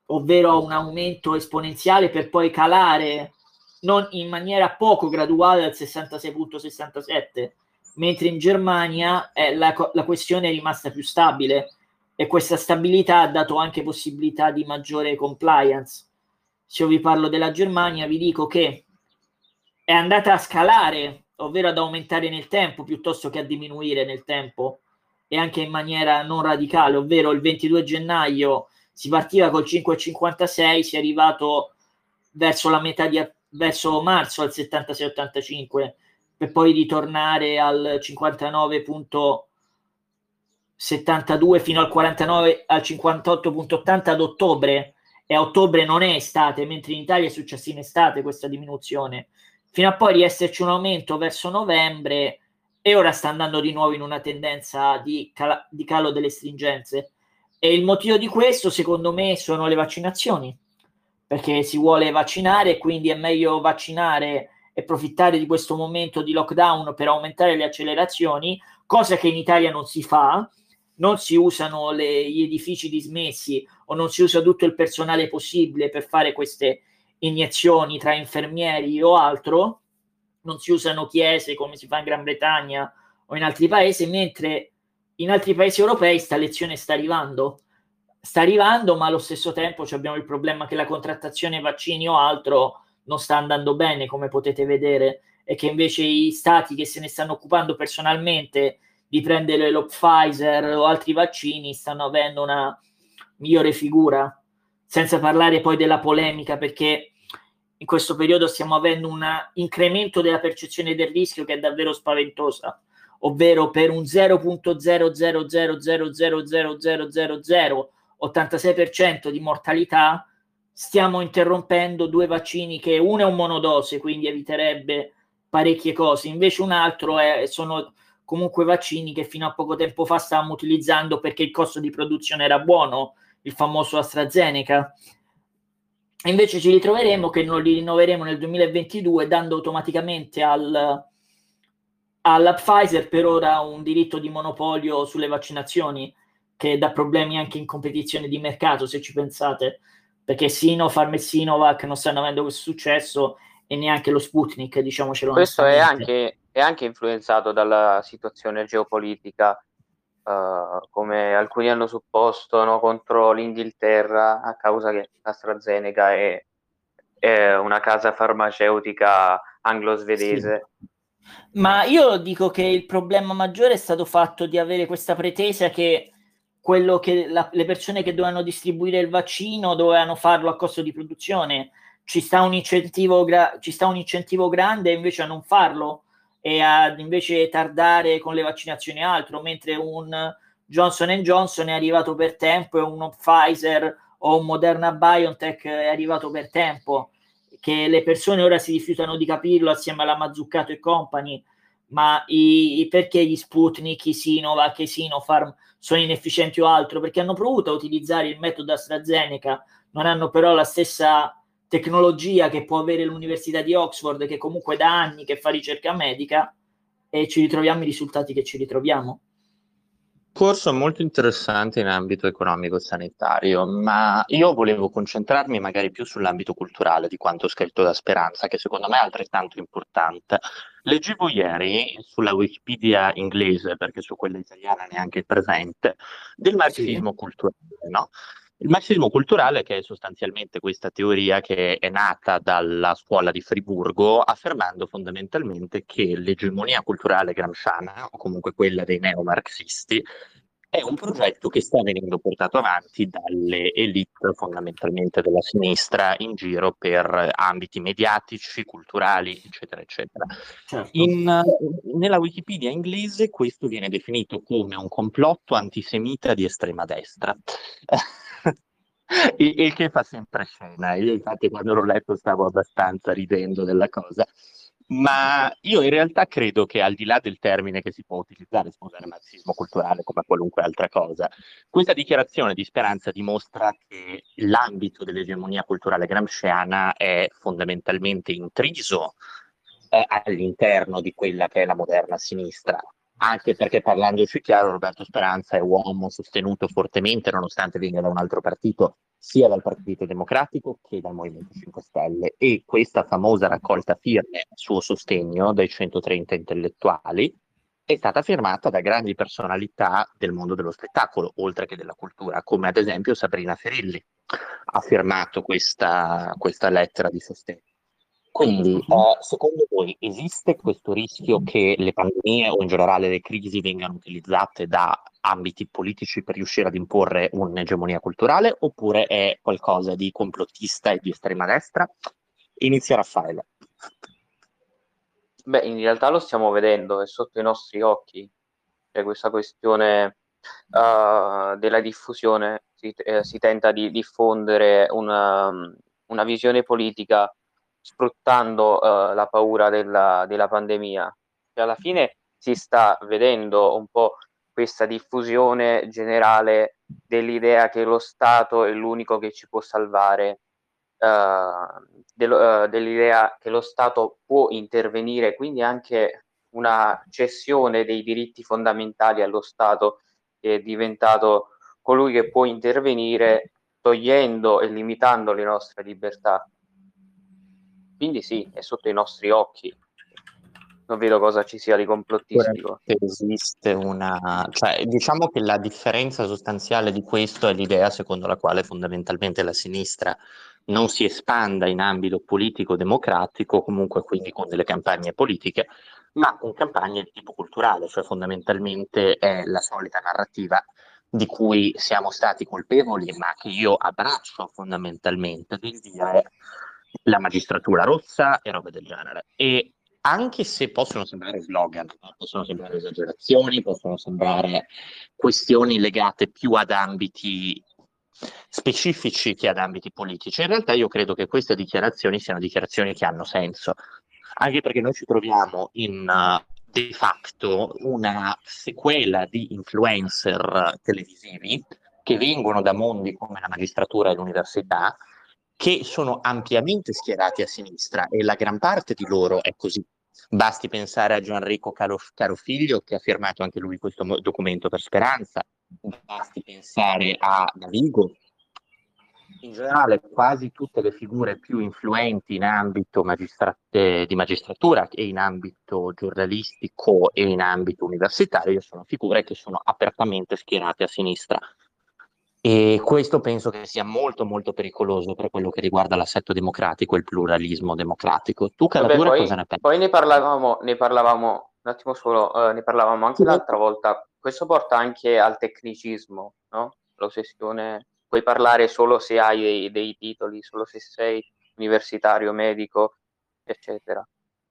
ovvero un aumento esponenziale per poi calare non in maniera poco graduale al sessantasei virgola sessantasette, mentre in Germania eh, la, la questione è rimasta più stabile e questa stabilità ha dato anche possibilità di maggiore compliance. Se io vi parlo della Germania, vi dico che è andata a scalare, ovvero ad aumentare nel tempo piuttosto che a diminuire nel tempo, e anche in maniera non radicale, ovvero il ventidue gennaio si partiva col cinque virgola cinquantasei, si è arrivato verso la metà di verso marzo al settantasei virgola ottantacinque, per poi ritornare al cinquantanove virgola settantadue fino al quarantanove al cinquantotto virgola ottanta ad ottobre, e a ottobre non è estate, mentre in Italia è successa in estate questa diminuzione, fino a poi riesserci un aumento verso novembre, e ora sta andando di nuovo in una tendenza di, cal- di calo delle stringenze. E il motivo di questo, secondo me, sono le vaccinazioni, perché si vuole vaccinare e quindi è meglio vaccinare e approfittare di questo momento di lockdown per aumentare le accelerazioni, cosa che in Italia non si fa. Non si usano le, gli edifici dismessi o non si usa tutto il personale possibile per fare queste iniezioni tra infermieri o altro, non si usano chiese come si fa in Gran Bretagna o in altri paesi, mentre in altri paesi europei sta lezione sta arrivando sta arrivando ma allo stesso tempo abbiamo il problema che la contrattazione vaccini o altro non sta andando bene, come potete vedere, e che invece i stati che se ne stanno occupando personalmente di prendere lo Pfizer o altri vaccini stanno avendo una migliore figura, senza parlare poi della polemica, perché in questo periodo stiamo avendo un incremento della percezione del rischio che è davvero spaventosa, ovvero per un zero virgola zero zero zero zero zero zero zero zero zero ottantasei per cento di mortalità stiamo interrompendo due vaccini, che uno è un monodose, quindi eviterebbe parecchie cose, invece un altro è, sono comunque vaccini che fino a poco tempo fa stavamo utilizzando perché il costo di produzione era buono, il famoso AstraZeneca. E invece ci ritroveremo che non li rinnoveremo nel duemilaventidue, dando automaticamente al, alla Pfizer per ora un diritto di monopolio sulle vaccinazioni, che dà problemi anche in competizione di mercato, se ci pensate, perché Sinopharm e Sinovac non stanno avendo questo successo e neanche lo Sputnik, diciamocelo Questo è onestamente. anche, è anche influenzato dalla situazione geopolitica, uh, come alcuni hanno supposto, no, contro l'Inghilterra, a causa che AstraZeneca è, è una casa farmaceutica anglo-svedese. Sì. Ma io dico che il problema maggiore è stato fatto di avere questa pretesa che quello che la, le persone che dovevano distribuire il vaccino dovevano farlo a costo di produzione. Ci sta un incentivo, gra- ci sta un incentivo grande invece a non farlo e a invece tardare con le vaccinazioni e altro, mentre un Johnson and Johnson è arrivato per tempo e uno Pfizer o un Moderna BioNTech è arrivato per tempo, che le persone ora si rifiutano di capirlo assieme alla Mazzuccato e compagni, ma i, i, perché gli Sputnik, i Sinovac, i Sinopharm sono inefficienti o altro? Perché hanno provato a utilizzare il metodo AstraZeneca, non hanno però la stessa tecnologia che può avere l'Università di Oxford, che comunque da anni che fa ricerca medica, e ci ritroviamo i risultati che ci ritroviamo. Corso molto interessante in ambito economico-sanitario, ma io volevo concentrarmi magari più sull'ambito culturale di quanto scritto da Speranza, che secondo me è altrettanto importante. Leggevo ieri sulla Wikipedia inglese, perché su quella italiana neanche il presente, del marxismo Sì. culturale, no? Il marxismo culturale, che è sostanzialmente questa teoria che è nata dalla scuola di Friburgo, affermando fondamentalmente che l'egemonia culturale gramsciana, o comunque quella dei neomarxisti, è un progetto che sta venendo portato avanti dalle elite fondamentalmente della sinistra in giro per ambiti mediatici, culturali, eccetera, eccetera. Certo. In, nella Wikipedia inglese questo viene definito come un complotto antisemita di estrema destra. Il, il che fa sempre scena. Io infatti quando l'ho letto stavo abbastanza ridendo della cosa, ma io in realtà credo che al di là del termine che si può utilizzare, scusare, marxismo culturale come qualunque altra cosa, questa dichiarazione di Speranza dimostra che l'ambito dell'egemonia culturale gramsciana è fondamentalmente intriso eh, all'interno di quella che è la moderna sinistra. Anche perché, parlandoci chiaro, Roberto Speranza è uomo sostenuto fortemente, nonostante venga da un altro partito, sia dal Partito Democratico che dal Movimento cinque Stelle, e questa famosa raccolta firme a suo sostegno dai centotrenta intellettuali è stata firmata da grandi personalità del mondo dello spettacolo, oltre che della cultura, come ad esempio Sabrina Ferilli ha firmato questa, questa lettera di sostegno. Quindi, eh, secondo voi esiste questo rischio che le pandemie o in generale le crisi vengano utilizzate da ambiti politici per riuscire ad imporre un'egemonia culturale, oppure è qualcosa di complottista e di estrema destra? Inizia Raffaele. Beh, in realtà lo stiamo vedendo, è sotto i nostri occhi. C'è questa questione uh, della diffusione, si, eh, si tenta di diffondere una, una visione politica sfruttando uh, la paura della, della pandemia. E alla fine si sta vedendo un po' questa diffusione generale dell'idea che lo Stato è l'unico che ci può salvare, uh, dello, uh, dell'idea che lo Stato può intervenire, quindi anche una cessione dei diritti fondamentali allo Stato, che è diventato colui che può intervenire togliendo e limitando le nostre libertà. Quindi sì, è sotto i nostri occhi. Non vedo cosa ci sia di complottistico. Esiste una, cioè, diciamo che la differenza sostanziale di questo è l'idea secondo la quale fondamentalmente la sinistra non si espanda in ambito politico-democratico, comunque quindi con delle campagne politiche, ma con campagne di tipo culturale, cioè fondamentalmente è la solita narrativa di cui siamo stati colpevoli, ma che io abbraccio fondamentalmente, del dire la magistratura rossa e robe del genere. E anche se possono sembrare slogan, possono sembrare esagerazioni, possono sembrare questioni legate più ad ambiti specifici che ad ambiti politici, in realtà io credo che queste dichiarazioni siano dichiarazioni che hanno senso, anche perché noi ci troviamo in uh, de facto una sequela di influencer televisivi che vengono da mondi come la magistratura e l'università, che sono ampiamente schierati a sinistra, e la gran parte di loro è così. Basti pensare a Gianrico Caro- Carofiglio, che ha firmato anche lui questo mo- documento per Speranza, basti pensare a Davigo. In generale, quasi tutte le figure più influenti in ambito magistra- eh, di magistratura e in ambito giornalistico e in ambito universitario sono figure che sono apertamente schierate a sinistra. E questo penso che sia molto molto pericoloso per quello che riguarda l'assetto democratico e il pluralismo democratico. Tu, Vabbè, Caladura, poi, cosa ne pensi? poi ne parlavamo, ne parlavamo un attimo solo, eh, ne parlavamo anche l'altra volta. Questo porta anche al tecnicismo, no? L'ossessione, puoi parlare solo se hai dei, dei titoli, solo se sei universitario, medico, eccetera.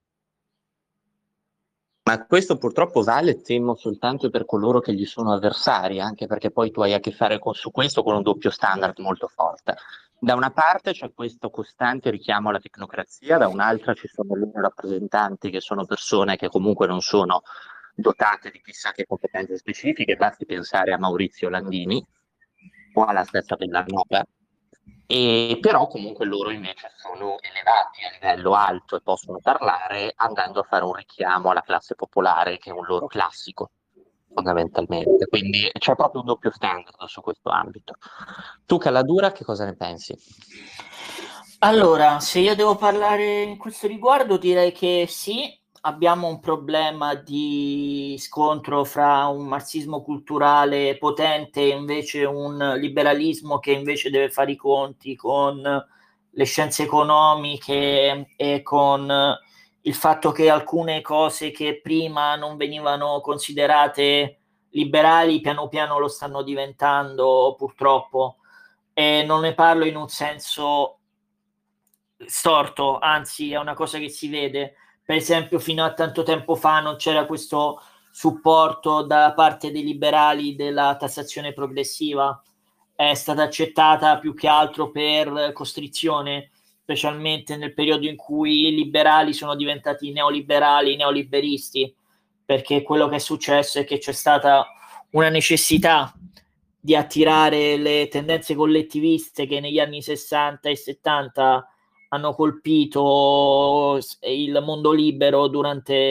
Ma questo purtroppo vale, temo, soltanto per coloro che gli sono avversari, anche perché poi tu hai a che fare con, su questo con un doppio standard molto forte. Da una parte c'è questo costante richiamo alla tecnocrazia, da un'altra ci sono loro rappresentanti che sono persone che comunque non sono dotate di chissà che competenze specifiche, basti pensare a Maurizio Landini o alla stessa Bellanova. E però comunque loro invece sono elevati a livello alto e possono parlare andando a fare un richiamo alla classe popolare, che è un loro classico, fondamentalmente. Quindi c'è proprio un doppio standard su questo ambito. Tu, Caladura, che cosa ne pensi? Allora, se io devo parlare in questo riguardo, direi che sì, abbiamo un problema di scontro fra un marxismo culturale potente e invece un liberalismo che invece deve fare i conti con le scienze economiche e con il fatto che alcune cose che prima non venivano considerate liberali piano piano lo stanno diventando, purtroppo. E non ne parlo in un senso storto, anzi è una cosa che si vede. Per esempio, fino a tanto tempo fa non c'era questo supporto da parte dei liberali della tassazione progressiva, è stata accettata più che altro per costrizione, specialmente nel periodo in cui i liberali sono diventati neoliberali, neoliberisti, perché quello che è successo è che c'è stata una necessità di attirare le tendenze collettiviste che negli anni sessanta e settanta hanno colpito il mondo libero durante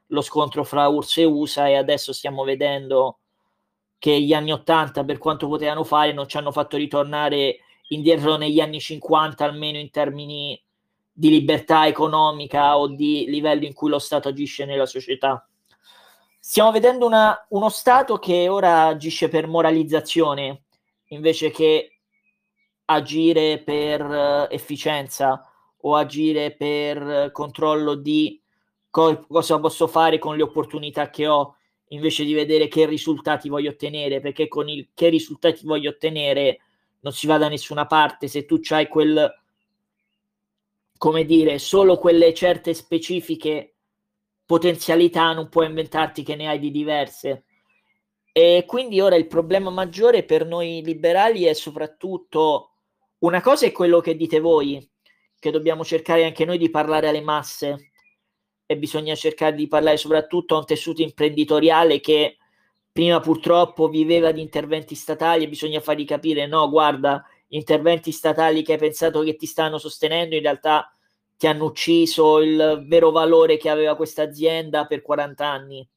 lo scontro fra U R S S e U S A, e adesso stiamo vedendo che gli anni ottanta, per quanto potevano fare, non ci hanno fatto ritornare indietro negli anni cinquanta, almeno in termini di libertà economica o di livello in cui lo Stato agisce nella società. Stiamo vedendo una, uno Stato che ora agisce per moralizzazione invece che agire per uh, efficienza o agire per uh, controllo di co- cosa posso fare con le opportunità che ho, invece di vedere che risultati voglio ottenere, perché con il che risultati voglio ottenere non si va da nessuna parte se tu c'hai quel, come dire, solo quelle certe specifiche potenzialità, non puoi inventarti che ne hai di diverse. E quindi ora il problema maggiore per noi liberali è soprattutto una cosa, è quello che dite voi, che dobbiamo cercare anche noi di parlare alle masse, e bisogna cercare di parlare soprattutto a un tessuto imprenditoriale che prima purtroppo viveva di interventi statali, e bisogna fargli capire: no, guarda, gli interventi statali che hai pensato che ti stanno sostenendo in realtà ti hanno ucciso il vero valore che aveva questa azienda per quaranta anni.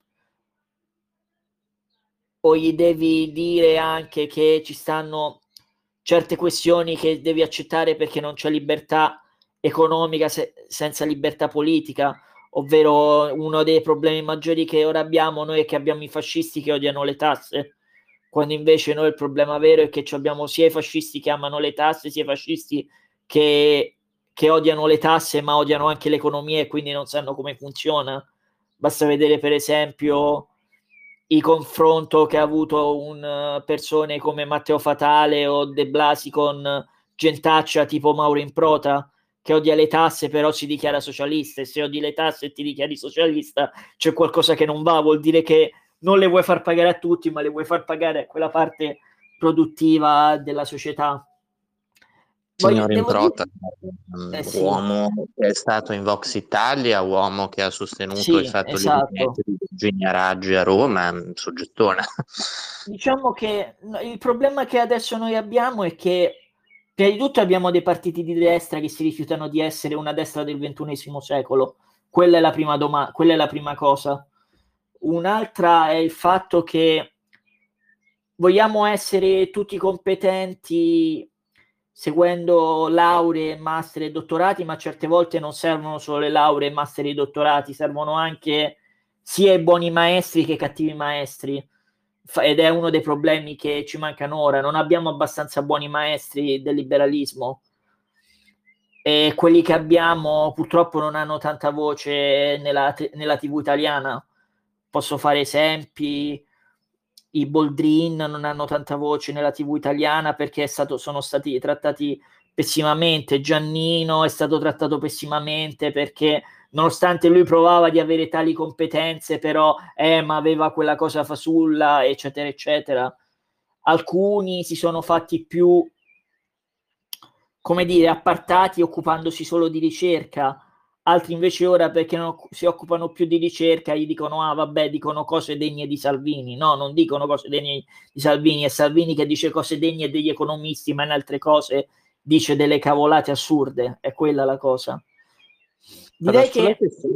O gli devi dire anche che ci stanno certe questioni che devi accettare perché non c'è libertà economica se- senza libertà politica, ovvero uno dei problemi maggiori che ora abbiamo noi è che abbiamo i fascisti che odiano le tasse, quando invece noi il problema vero è che abbiamo sia i fascisti che amano le tasse, sia i fascisti che, che odiano le tasse ma odiano anche l'economia e quindi non sanno come funziona. Basta vedere per esempio il confronto che ha avuto un persone come Matteo Fatale o De Blasi con gentaccia tipo Mauro Improta, che odia le tasse però si dichiara socialista, e se odi le tasse e ti dichiari socialista c'è qualcosa che non va, vuol dire che non le vuoi far pagare a tutti ma le vuoi far pagare a quella parte produttiva della società. Signor Voglio, Improta, dire... eh, sì. uomo che è stato in Vox Italia, uomo che ha sostenuto sì, e fatto esatto. le di Virginia Raggi a Roma, soggettone. Diciamo che il problema che adesso noi abbiamo è che prima di tutto abbiamo dei partiti di destra che si rifiutano di essere una destra del ventunesimo secolo. Quella è la prima domanda, quella è la prima cosa. Un'altra è il fatto che vogliamo essere tutti competenti seguendo lauree, master e dottorati, ma certe volte non servono solo le lauree, master e dottorati, servono anche sia i buoni maestri che i cattivi maestri, ed è uno dei problemi che ci mancano ora. Non abbiamo abbastanza buoni maestri del liberalismo e quelli che abbiamo purtroppo non hanno tanta voce nella, nella tivù italiana. Posso fare esempi: i Boldrin non hanno tanta voce nella tivù italiana perché è stato, sono stati trattati pessimamente. Giannino è stato trattato pessimamente perché nonostante lui provava di avere tali competenze, però eh, ma aveva quella cosa fasulla, eccetera eccetera. Alcuni si sono fatti più, come dire, appartati occupandosi solo di ricerca, altri invece ora, perché non si occupano più di ricerca, gli dicono ah vabbè, dicono cose degne di Salvini. No, non dicono cose degne di Salvini, è Salvini che dice cose degne degli economisti, ma in altre cose dice delle cavolate assurde, è quella la cosa. Direi che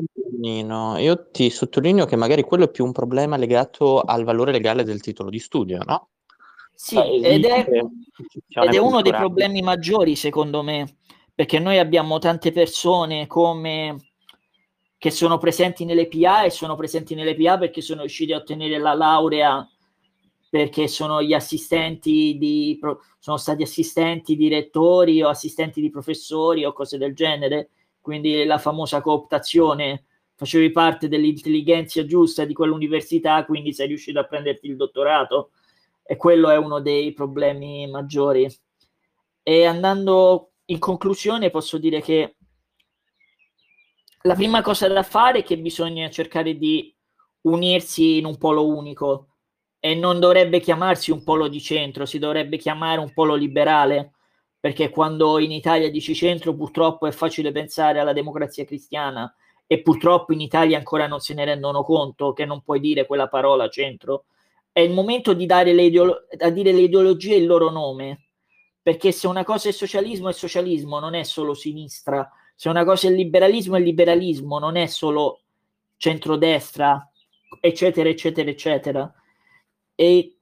io ti sottolineo che magari quello è più un problema legato al valore legale del titolo di studio, no? sì, ed è, ed è uno dei problemi maggiori secondo me, perché noi abbiamo tante persone come che sono presenti nelle P A, e sono presenti nelle P A perché sono riusciti a ottenere la laurea, perché sono gli assistenti di sono stati assistenti di rettori o assistenti di professori o cose del genere, quindi la famosa cooptazione: facevi parte dell'intelligenza giusta di quell'università, quindi sei riuscito a prenderti il dottorato, e quello è uno dei problemi maggiori. E andando in conclusione posso dire che la prima cosa da fare è che bisogna cercare di unirsi in un polo unico, e non dovrebbe chiamarsi un polo di centro, si dovrebbe chiamare un polo liberale, perché quando in Italia dici centro purtroppo è facile pensare alla Democrazia Cristiana, e purtroppo in Italia ancora non se ne rendono conto che non puoi dire quella parola centro. È il momento di dare le ideolo- a dire le ideologie il loro nome, perché se una cosa è socialismo è socialismo, non è solo sinistra. Se una cosa è liberalismo è liberalismo, non è solo centrodestra, eccetera, eccetera, eccetera. E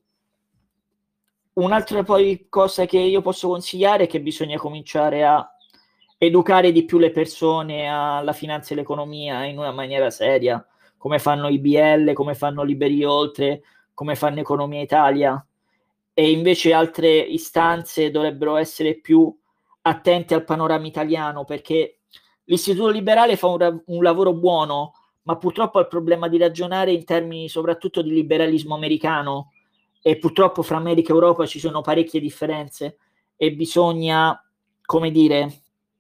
un'altra poi cosa che io posso consigliare è che bisogna cominciare a educare di più le persone alla finanza e all'economia in una maniera seria, come fanno i B L, come fanno Liberi Oltre, come fanno Economia Italia, e invece altre istanze dovrebbero essere più attente al panorama italiano, perché l'Istituto Liberale fa un, un lavoro buono, ma purtroppo ha il problema di ragionare in termini soprattutto di liberalismo americano, e purtroppo fra America e Europa ci sono parecchie differenze e bisogna, come dire,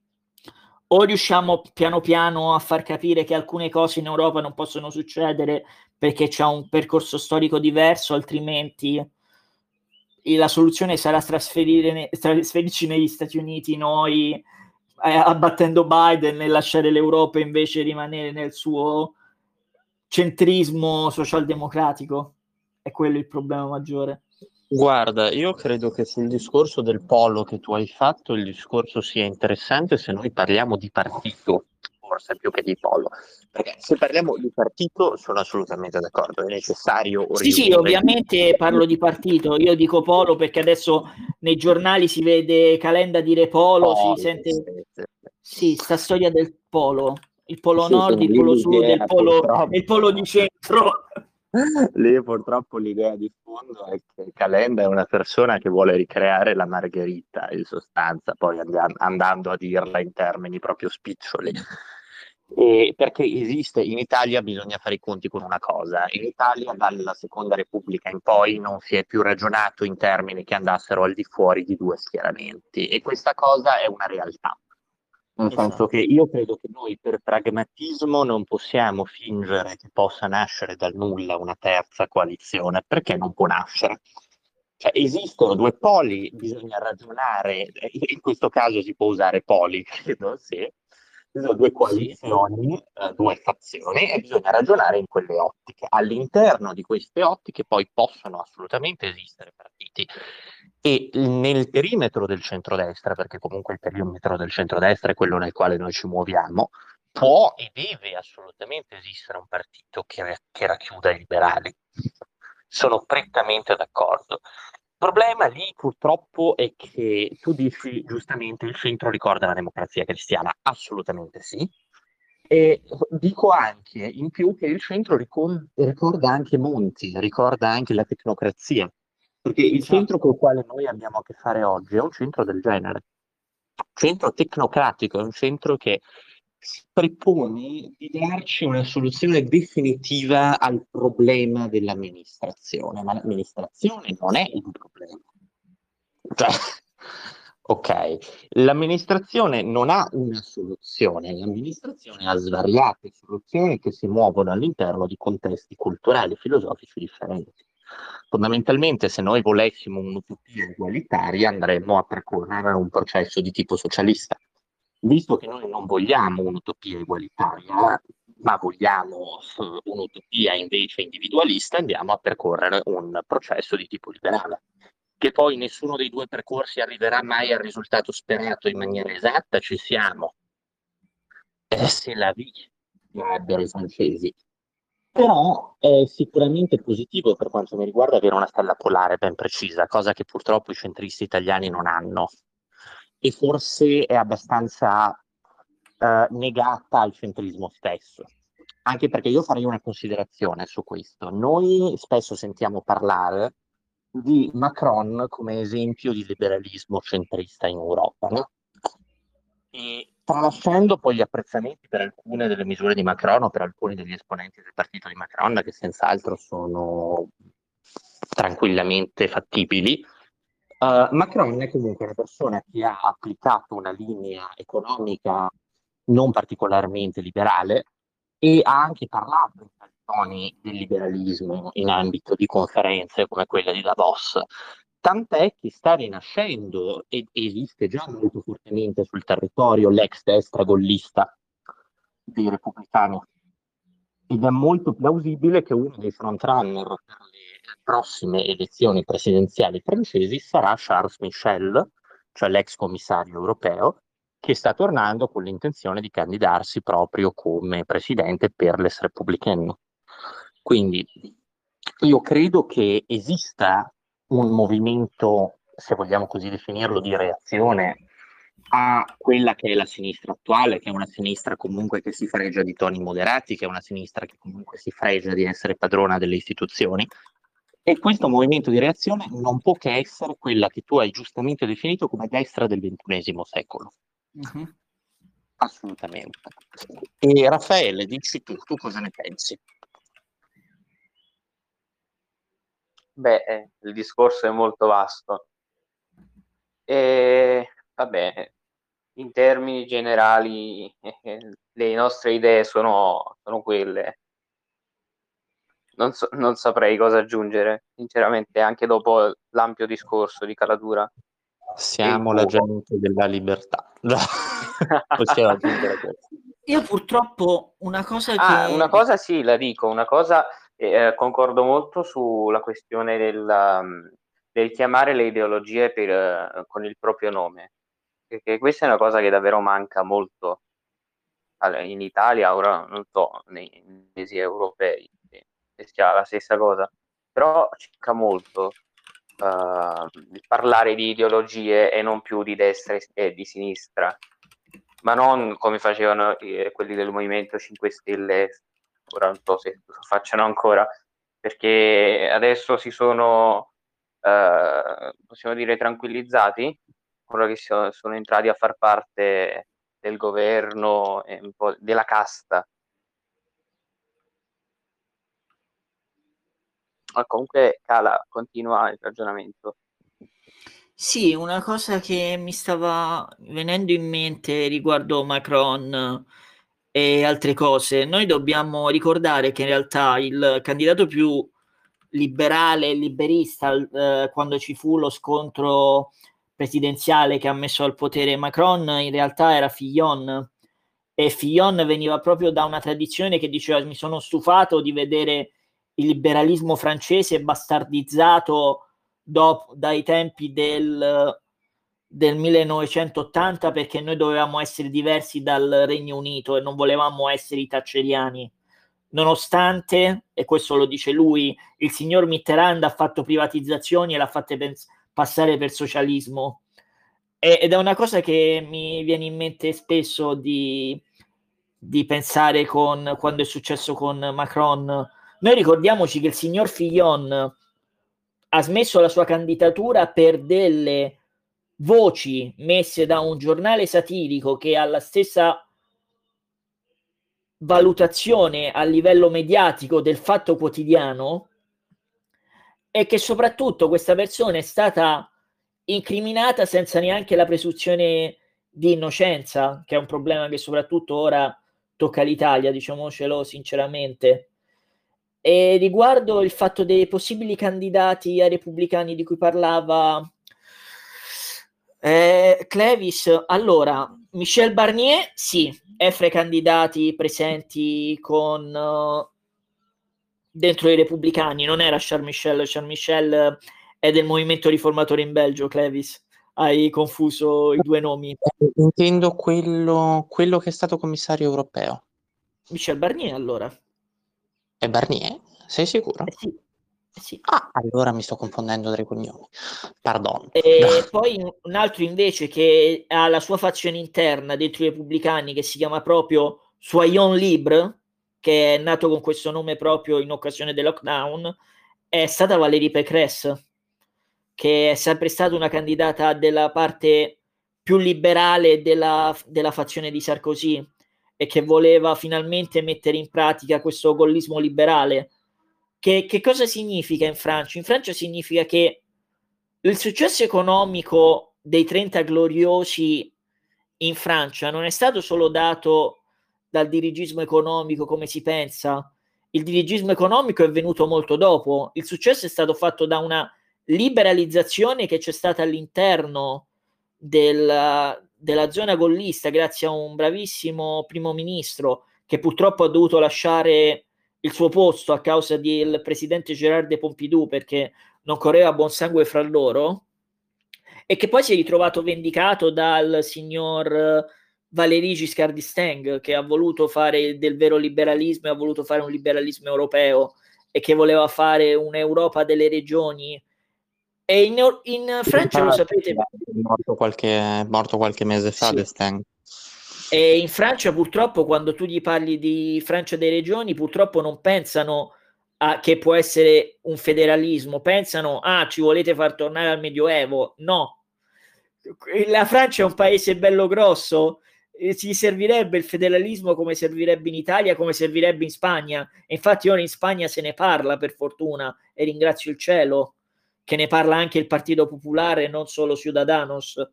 o riusciamo piano piano a far capire che alcune cose in Europa non possono succedere perché c'è un percorso storico diverso, altrimenti la soluzione sarà trasferire, trasferirci negli Stati Uniti noi, eh, abbattendo Biden, e lasciare l'Europa invece rimanere nel suo centrismo socialdemocratico. È quello il problema maggiore. Guarda, io credo che sul discorso del polo che tu hai fatto, il discorso sia interessante se noi parliamo di partito, forse più che di polo. Perché se parliamo di partito sono assolutamente d'accordo, è necessario Sì, sì, ovviamente parlo di partito, io dico polo perché adesso nei giornali si vede Calenda dire polo, polo si sente sì, sì. Sì, sta storia del polo, il polo sì, nord, il polo sud, il polo, il polo di centro. Lì purtroppo l'idea di fondo è che Calenda è una persona che vuole ricreare la Margherita in sostanza, poi and- andando a dirla in termini proprio spiccioli. E perché esiste in Italia, bisogna fare i conti con una cosa: in Italia dalla Seconda Repubblica in poi non si è più ragionato in termini che andassero al di fuori di due schieramenti, e questa cosa è una realtà. Nel esatto. senso che io credo che noi per pragmatismo non possiamo fingere che possa nascere dal nulla una terza coalizione, perché non può nascere. Cioè, esistono due poli, bisogna ragionare, in questo caso si può usare poli, credo, sì. Ci sono due coalizioni, sì. eh, due fazioni, e bisogna ragionare in quelle ottiche. All'interno di queste ottiche poi possono assolutamente esistere partiti. E nel perimetro del centrodestra, perché comunque il perimetro del centrodestra è quello nel quale noi ci muoviamo, può e deve assolutamente esistere un partito che, che racchiuda i liberali. Sono prettamente d'accordo. Il problema lì purtroppo è che tu dici giustamente il centro ricorda la democrazia cristiana, assolutamente sì, e dico anche in più che il centro ricor- ricorda anche Monti, ricorda anche la tecnocrazia, perché il centro con il quale noi abbiamo a che fare oggi è un centro del genere, un centro tecnocratico, è un centro che si prepone di darci una soluzione definitiva al problema dell'amministrazione, ma l'amministrazione non è il problema. Cioè, ok, l'amministrazione non ha una soluzione, l'amministrazione ha svariate soluzioni che si muovono all'interno di contesti culturali e filosofici differenti. Fondamentalmente, se noi volessimo un'utopia egualitaria, andremmo a percorrere un processo di tipo socialista. Visto che noi non vogliamo un'utopia egualitaria, ma vogliamo un'utopia invece individualista, andiamo a percorrere un processo di tipo liberale. Che poi nessuno dei due percorsi arriverà mai al risultato sperato in maniera esatta, ci siamo. Eh, c'est la vie, direbbero i francesi. Però è sicuramente positivo per quanto mi riguarda avere una stella polare ben precisa, cosa che purtroppo i centristi italiani non hanno. E forse è abbastanza eh, negata al centrismo stesso. Anche perché io farei una considerazione su questo. Noi spesso sentiamo parlare di Macron come esempio di liberalismo centrista in Europa, no? E tralasciando poi gli apprezzamenti per alcune delle misure di Macron o per alcuni degli esponenti del partito di Macron, che senz'altro sono tranquillamente fattibili, uh, Macron è comunque una persona che ha applicato una linea economica non particolarmente liberale e ha anche parlato in toni del liberalismo in ambito di conferenze come quella di Davos. Tant'è che sta rinascendo ed esiste già molto fortemente sul territorio l'ex destra gollista dei repubblicani. Ed è molto plausibile che uno dei frontrunner per le prossime elezioni presidenziali francesi sarà Charles Michel, cioè l'ex commissario europeo, che sta tornando con l'intenzione di candidarsi proprio come presidente per les Républicains. Quindi io credo che esista un movimento, se vogliamo così definirlo, di reazione a quella che è la sinistra attuale, che è una sinistra comunque che si fregia di toni moderati, che è una sinistra che comunque si fregia di essere padrona delle istituzioni. E questo movimento di reazione non può che essere quella che tu hai giustamente definito come destra del ventunesimo secolo. Mm-hmm. Assolutamente. E Raffaele, dici tu, tu cosa ne pensi? Beh, eh, il discorso è molto vasto. E vabbè, in termini generali, eh, le nostre idee sono, sono quelle. Non, so, non saprei cosa aggiungere, sinceramente, anche dopo l'ampio discorso di Calatura. Siamo la gente della libertà. Possiamo aggiungere questo. Io purtroppo una cosa ah, che... Una cosa sì, la dico, una cosa, eh, concordo molto sulla questione del, um, del chiamare le ideologie per, uh, con il proprio nome, perché questa è una cosa che davvero manca molto in Italia, ora non so, nei paesi europei, se sia la stessa cosa, però cerca molto uh, parlare di ideologie e non più di destra e di sinistra, ma non come facevano eh, quelli del Movimento cinque Stelle, ora non so se lo facciano ancora, perché adesso si sono, uh, possiamo dire, tranquillizzati, ora che sono, sono entrati a far parte del governo e un po' della casta. Ma comunque, Cala, continua il ragionamento. Sì, una cosa che mi stava venendo in mente riguardo Macron e altre cose, noi dobbiamo ricordare che in realtà il candidato più liberale e liberista eh, quando ci fu lo scontro presidenziale che ha messo al potere Macron in realtà era Fillon, e Fillon veniva proprio da una tradizione che diceva: mi sono stufato di vedere il liberalismo francese bastardizzato dopo, dai tempi del, del millenovecentottanta, perché noi dovevamo essere diversi dal Regno Unito e non volevamo essere i thatcheriani, nonostante, e questo lo dice lui, il signor Mitterrand ha fatto privatizzazioni e l'ha fatte pens- passare per socialismo. E, ed è una cosa che mi viene in mente spesso di, di pensare con, quando è successo con Macron. Noi ricordiamoci che il signor Fillon ha smesso la sua candidatura per delle voci messe da un giornale satirico che ha la stessa valutazione a livello mediatico del Fatto Quotidiano, e che soprattutto questa persona è stata incriminata senza neanche la presunzione di innocenza, che è un problema che soprattutto ora tocca all'Italia, diciamocelo sinceramente. E riguardo il fatto dei possibili candidati ai repubblicani di cui parlava eh, Clevis, allora Michel Barnier sì, è fra i candidati presenti con uh, dentro i repubblicani, non era Charles Michel. Charles Michel è del movimento riformatore in Belgio. Clevis, hai confuso i due nomi. Intendo quello, quello che è stato commissario europeo. Michel Barnier, allora. È Barnier? Sei sicuro? Eh sì, eh sì. Ah, allora mi sto confondendo tra i cognomi. Pardon. E poi un altro invece che ha la sua fazione interna dentro i repubblicani, che si chiama proprio Soyons Libre, che è nato con questo nome proprio in occasione del lockdown, è stata Valérie Pécresse, che è sempre stata una candidata della parte più liberale della, della fazione di Sarkozy e che voleva finalmente mettere in pratica questo gollismo liberale. Che, che cosa significa in Francia? In Francia significa che il successo economico dei trenta gloriosi in Francia non è stato solo dato dal dirigismo economico come si pensa. Il dirigismo economico è venuto molto dopo. Il successo è stato fatto da una liberalizzazione che c'è stata all'interno del, della zona gollista grazie a un bravissimo primo ministro che purtroppo ha dovuto lasciare il suo posto a causa del presidente Gérard de Pompidou perché non correva buon sangue fra loro, e che poi si è ritrovato vendicato dal signor Valéry Giscard d'Estaing, che ha voluto fare del vero liberalismo e ha voluto fare un liberalismo europeo e che voleva fare un'Europa delle regioni. E in, in Francia, lo sapete, è morto qualche, è morto qualche mese fa, sì. d'Estaing. E in Francia purtroppo quando tu gli parli di Francia delle regioni, purtroppo non pensano a che può essere un federalismo, pensano ah ci volete far tornare al Medioevo. No, la Francia è un paese bello grosso, eh, si servirebbe il federalismo come servirebbe in Italia, come servirebbe in Spagna, e infatti ora in Spagna se ne parla, per fortuna, e ringrazio il cielo che ne parla anche il Partito Popolare, non solo Ciudadanos.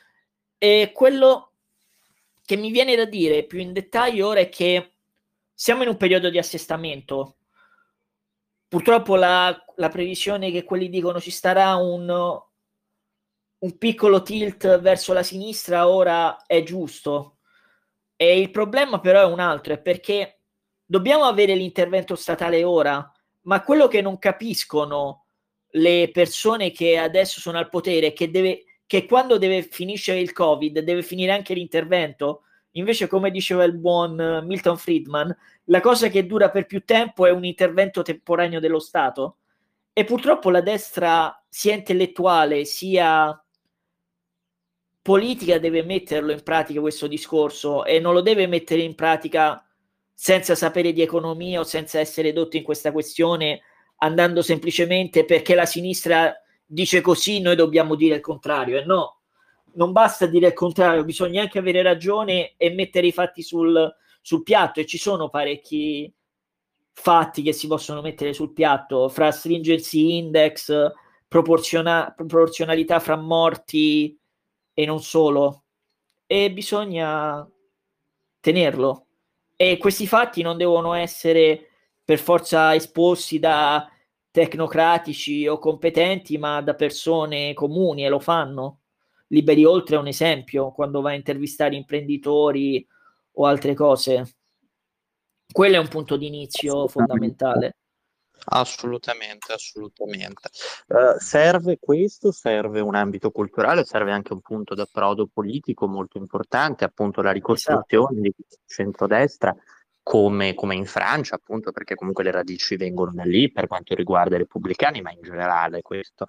E quello che mi viene da dire più in dettaglio ora è che siamo in un periodo di assestamento. Purtroppo la, la previsione che quelli dicono ci starà un, un piccolo tilt verso la sinistra ora è giusto. E il problema però è un altro, è perché dobbiamo avere l'intervento statale ora, ma quello che non capiscono le persone che adesso sono al potere è che, deve, che quando deve finisce il Covid deve finire anche l'intervento. Invece, come diceva il buon Milton Friedman, la cosa che dura per più tempo è un intervento temporaneo dello Stato. E purtroppo la destra, sia intellettuale sia politica, deve metterlo in pratica questo discorso, e non lo deve mettere in pratica senza sapere di economia o senza essere dotto in questa questione, andando semplicemente perché la sinistra dice così, noi dobbiamo dire il contrario. E no, non basta dire il contrario, bisogna anche avere ragione e mettere i fatti sul, sul piatto, e ci sono parecchi fatti che si possono mettere sul piatto, fra stringency index, proporziona- proporzionalità fra morti e non solo, e bisogna tenerlo. E questi fatti non devono essere per forza esposti da tecnocratici o competenti, ma da persone comuni, e lo fanno. Liberi Oltre è un esempio, quando va a intervistare imprenditori o altre cose. Quello è un punto di inizio fondamentale. Assolutamente, assolutamente. Uh, serve questo, serve un ambito culturale, serve anche un punto d'approdo politico molto importante, appunto la ricostruzione esatto. di centrodestra, come, come in Francia, appunto, perché comunque le radici vengono da lì per quanto riguarda i repubblicani, ma in generale questo.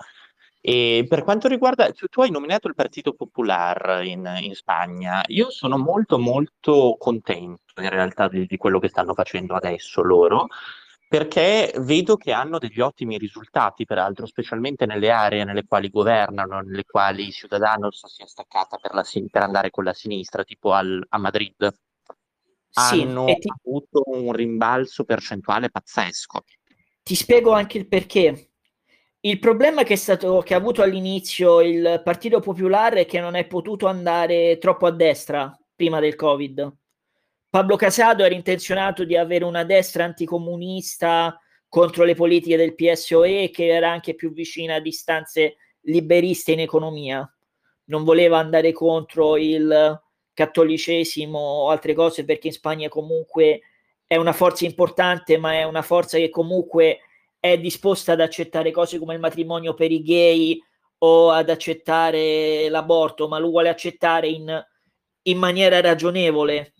E per quanto riguarda, tu, tu hai nominato il Partito Popular in, in Spagna, io sono molto molto contento in realtà di, di quello che stanno facendo adesso loro, perché vedo che hanno degli ottimi risultati, peraltro, specialmente nelle aree nelle quali governano, nelle quali Ciudadanos si è staccata per, la, per andare con la sinistra, tipo al, a Madrid. Sì, hanno e ti, avuto un rimbalzo percentuale pazzesco. ti spiego anche il perché. Il problema che, è stato, che ha avuto all'inizio il Partito Popolare è che non è potuto andare troppo a destra prima del Covid. Pablo Casado era intenzionato di avere una destra anticomunista contro le politiche del P S O E, che era anche più vicina a istanze liberiste in economia. Non voleva andare contro il cattolicesimo o altre cose, perché in Spagna comunque è una forza importante, ma è una forza che comunque è disposta ad accettare cose come il matrimonio per i gay o ad accettare l'aborto, ma lo vuole accettare in, in maniera ragionevole,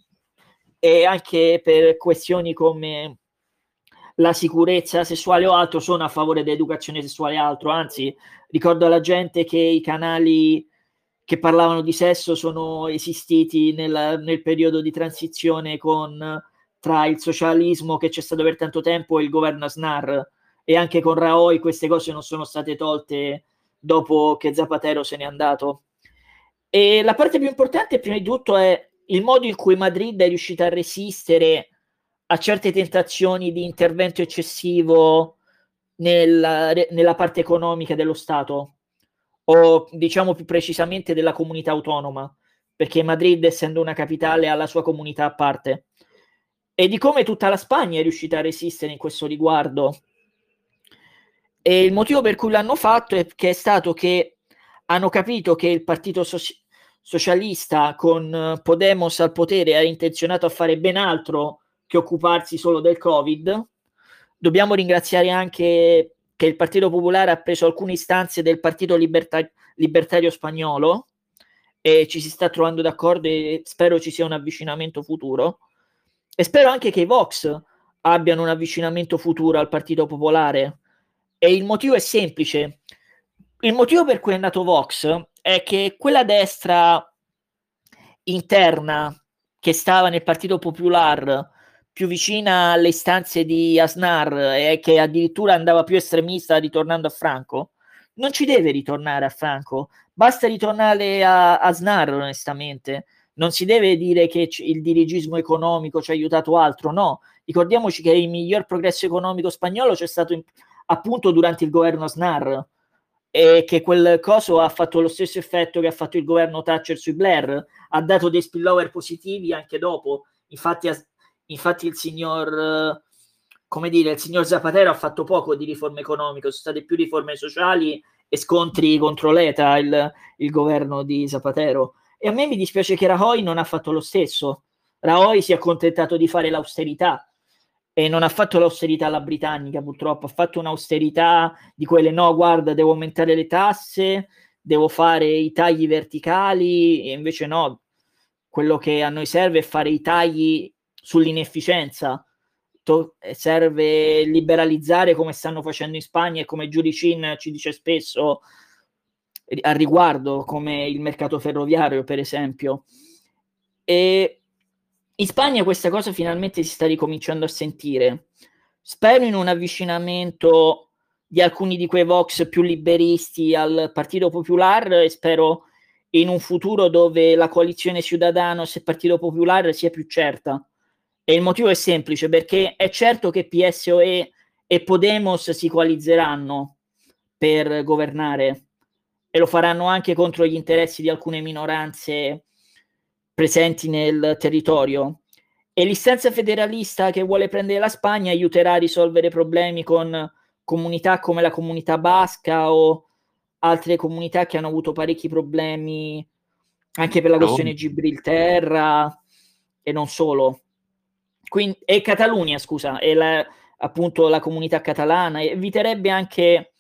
e anche per questioni come la sicurezza sessuale o altro sono a favore dell'educazione sessuale e altro. Anzi, ricordo alla gente che i canali che parlavano di sesso sono esistiti nel, nel periodo di transizione con, tra il socialismo che c'è stato per tanto tempo e il governo Aznar, e anche con Rajoy queste cose non sono state tolte dopo che Zapatero se n'è andato. E la parte più importante prima di tutto è il modo in cui Madrid è riuscita a resistere a certe tentazioni di intervento eccessivo nella, nella parte economica dello Stato, o diciamo più precisamente della comunità autonoma, perché Madrid, essendo una capitale, ha la sua comunità a parte, e di come tutta la Spagna è riuscita a resistere in questo riguardo. E il motivo per cui l'hanno fatto è che è stato che hanno capito che il partito so- socialista con Podemos al potere era intenzionato a fare ben altro che occuparsi solo del Covid. Dobbiamo ringraziare anche che il Partito Popolare ha preso alcune istanze del Partito Liberta- Libertario Spagnolo e ci si sta trovando d'accordo e spero ci sia un avvicinamento futuro, e spero anche che i Vox abbiano un avvicinamento futuro al Partito Popolare, e il motivo è semplice. Il motivo per cui è nato Vox è che quella destra interna che stava nel Partito Popular, più vicina alle istanze di Aznar e che addirittura andava più estremista ritornando a Franco, non ci deve ritornare a Franco, basta ritornare a Aznar, onestamente. Non si deve dire che il dirigismo economico ci ha aiutato altro, no. Ricordiamoci che il miglior progresso economico spagnolo c'è stato in, appunto durante il governo Aznar, e che quel coso ha fatto lo stesso effetto che ha fatto il governo Thatcher sui Blair, ha dato dei spillover positivi anche dopo. Infatti, infatti il signor come dire, il signor Zapatero ha fatto poco di riforme economiche, sono state più riforme sociali e scontri contro l'ETA, il, il governo di Zapatero. E a me mi dispiace che Rajoy non ha fatto lo stesso. Rajoy si è accontentato di fare l'austerità e non ha fatto l'austerità alla britannica, purtroppo, ha fatto un'austerità di quelle: no, guarda, devo aumentare le tasse, devo fare i tagli verticali, e invece no, quello che a noi serve è fare i tagli sull'inefficienza. To- serve liberalizzare, come stanno facendo in Spagna e come Giuricin ci dice spesso a riguardo, come il mercato ferroviario, per esempio. E in Spagna questa cosa finalmente si sta ricominciando a sentire. Spero in un avvicinamento di alcuni di quei Vox più liberisti al Partito Popular, e spero in un futuro dove la coalizione Ciudadanos e Partito Popular sia più certa. E il motivo è semplice, perché è certo che P S O E e Podemos si coalizzeranno per governare, e lo faranno anche contro gli interessi di alcune minoranze presenti nel territorio. E l'istanza federalista che vuole prendere la Spagna aiuterà a risolvere problemi con comunità come la comunità basca o altre comunità che hanno avuto parecchi problemi anche per la questione Gibilterra e non solo. Quindi, e Catalunya, scusa, e la, appunto la comunità catalana, eviterebbe anche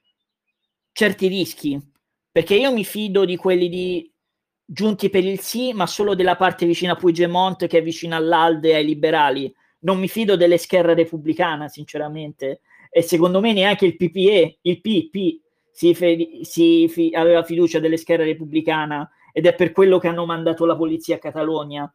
certi rischi, perché io mi fido di quelli di Giunti per il sì, ma solo della parte vicina a Puigdemont, che è vicina all'Alde e ai liberali. Non mi fido dell'Esquerra Repubblicana, sinceramente, e secondo me neanche il P P E, il P P si, fe- si fi- aveva fiducia dell'Esquerra Repubblicana, ed è per quello che hanno mandato la polizia a Catalogna,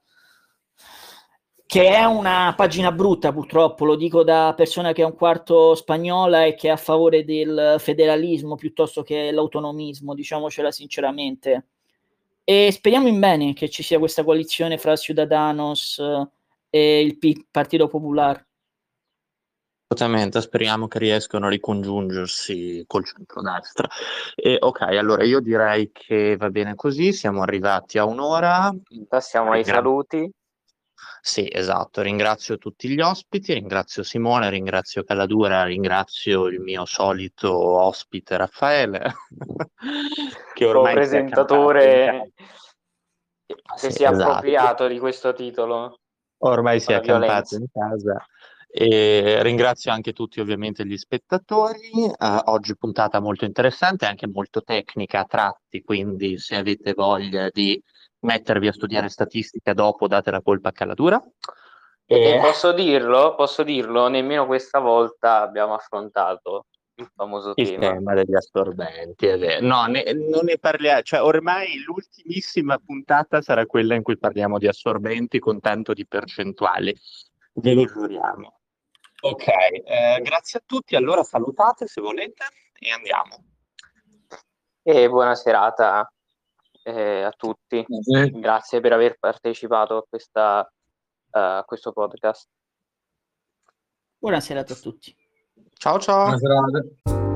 che è una pagina brutta, purtroppo, lo dico da persona che è un quarto spagnola e che è a favore del federalismo piuttosto che l'autonomismo, diciamocela sinceramente. E speriamo in bene che ci sia questa coalizione fra Ciudadanos e il P- Partito Popolare. Assolutamente, speriamo che riescano a ricongiungersi col centrodestra. E, ok, allora io direi che va bene così, siamo arrivati a un'ora. Passiamo ai Ringra- saluti. Sì, esatto, ringrazio tutti gli ospiti, ringrazio Simone, ringrazio Caladura, ringrazio il mio solito ospite Raffaele, che ormai si è accampato in Co-presentatore casa. che Sì, si è esatto. appropriato di questo titolo. Ormai si è Con la accampato violenza. in casa. E ringrazio anche tutti ovviamente gli spettatori. Eh, oggi puntata molto interessante, anche molto tecnica a tratti, quindi se avete voglia di mettervi a studiare statistica dopo, date la colpa a Caladura. E E posso dirlo, posso dirlo, nemmeno questa volta abbiamo affrontato il famoso il tema. tema degli assorbenti, è vero. No, ne- non ne parliamo, cioè ormai l'ultimissima puntata sarà quella in cui parliamo di assorbenti con tanto di percentuali. Ve lo giuriamo. Ok, eh, grazie a tutti. Allora salutate se volete e andiamo. E buona serata eh, a tutti. Sì. Grazie per aver partecipato a, questa, uh, a questo podcast. Buona serata a tutti. Ciao ciao. Buona serata.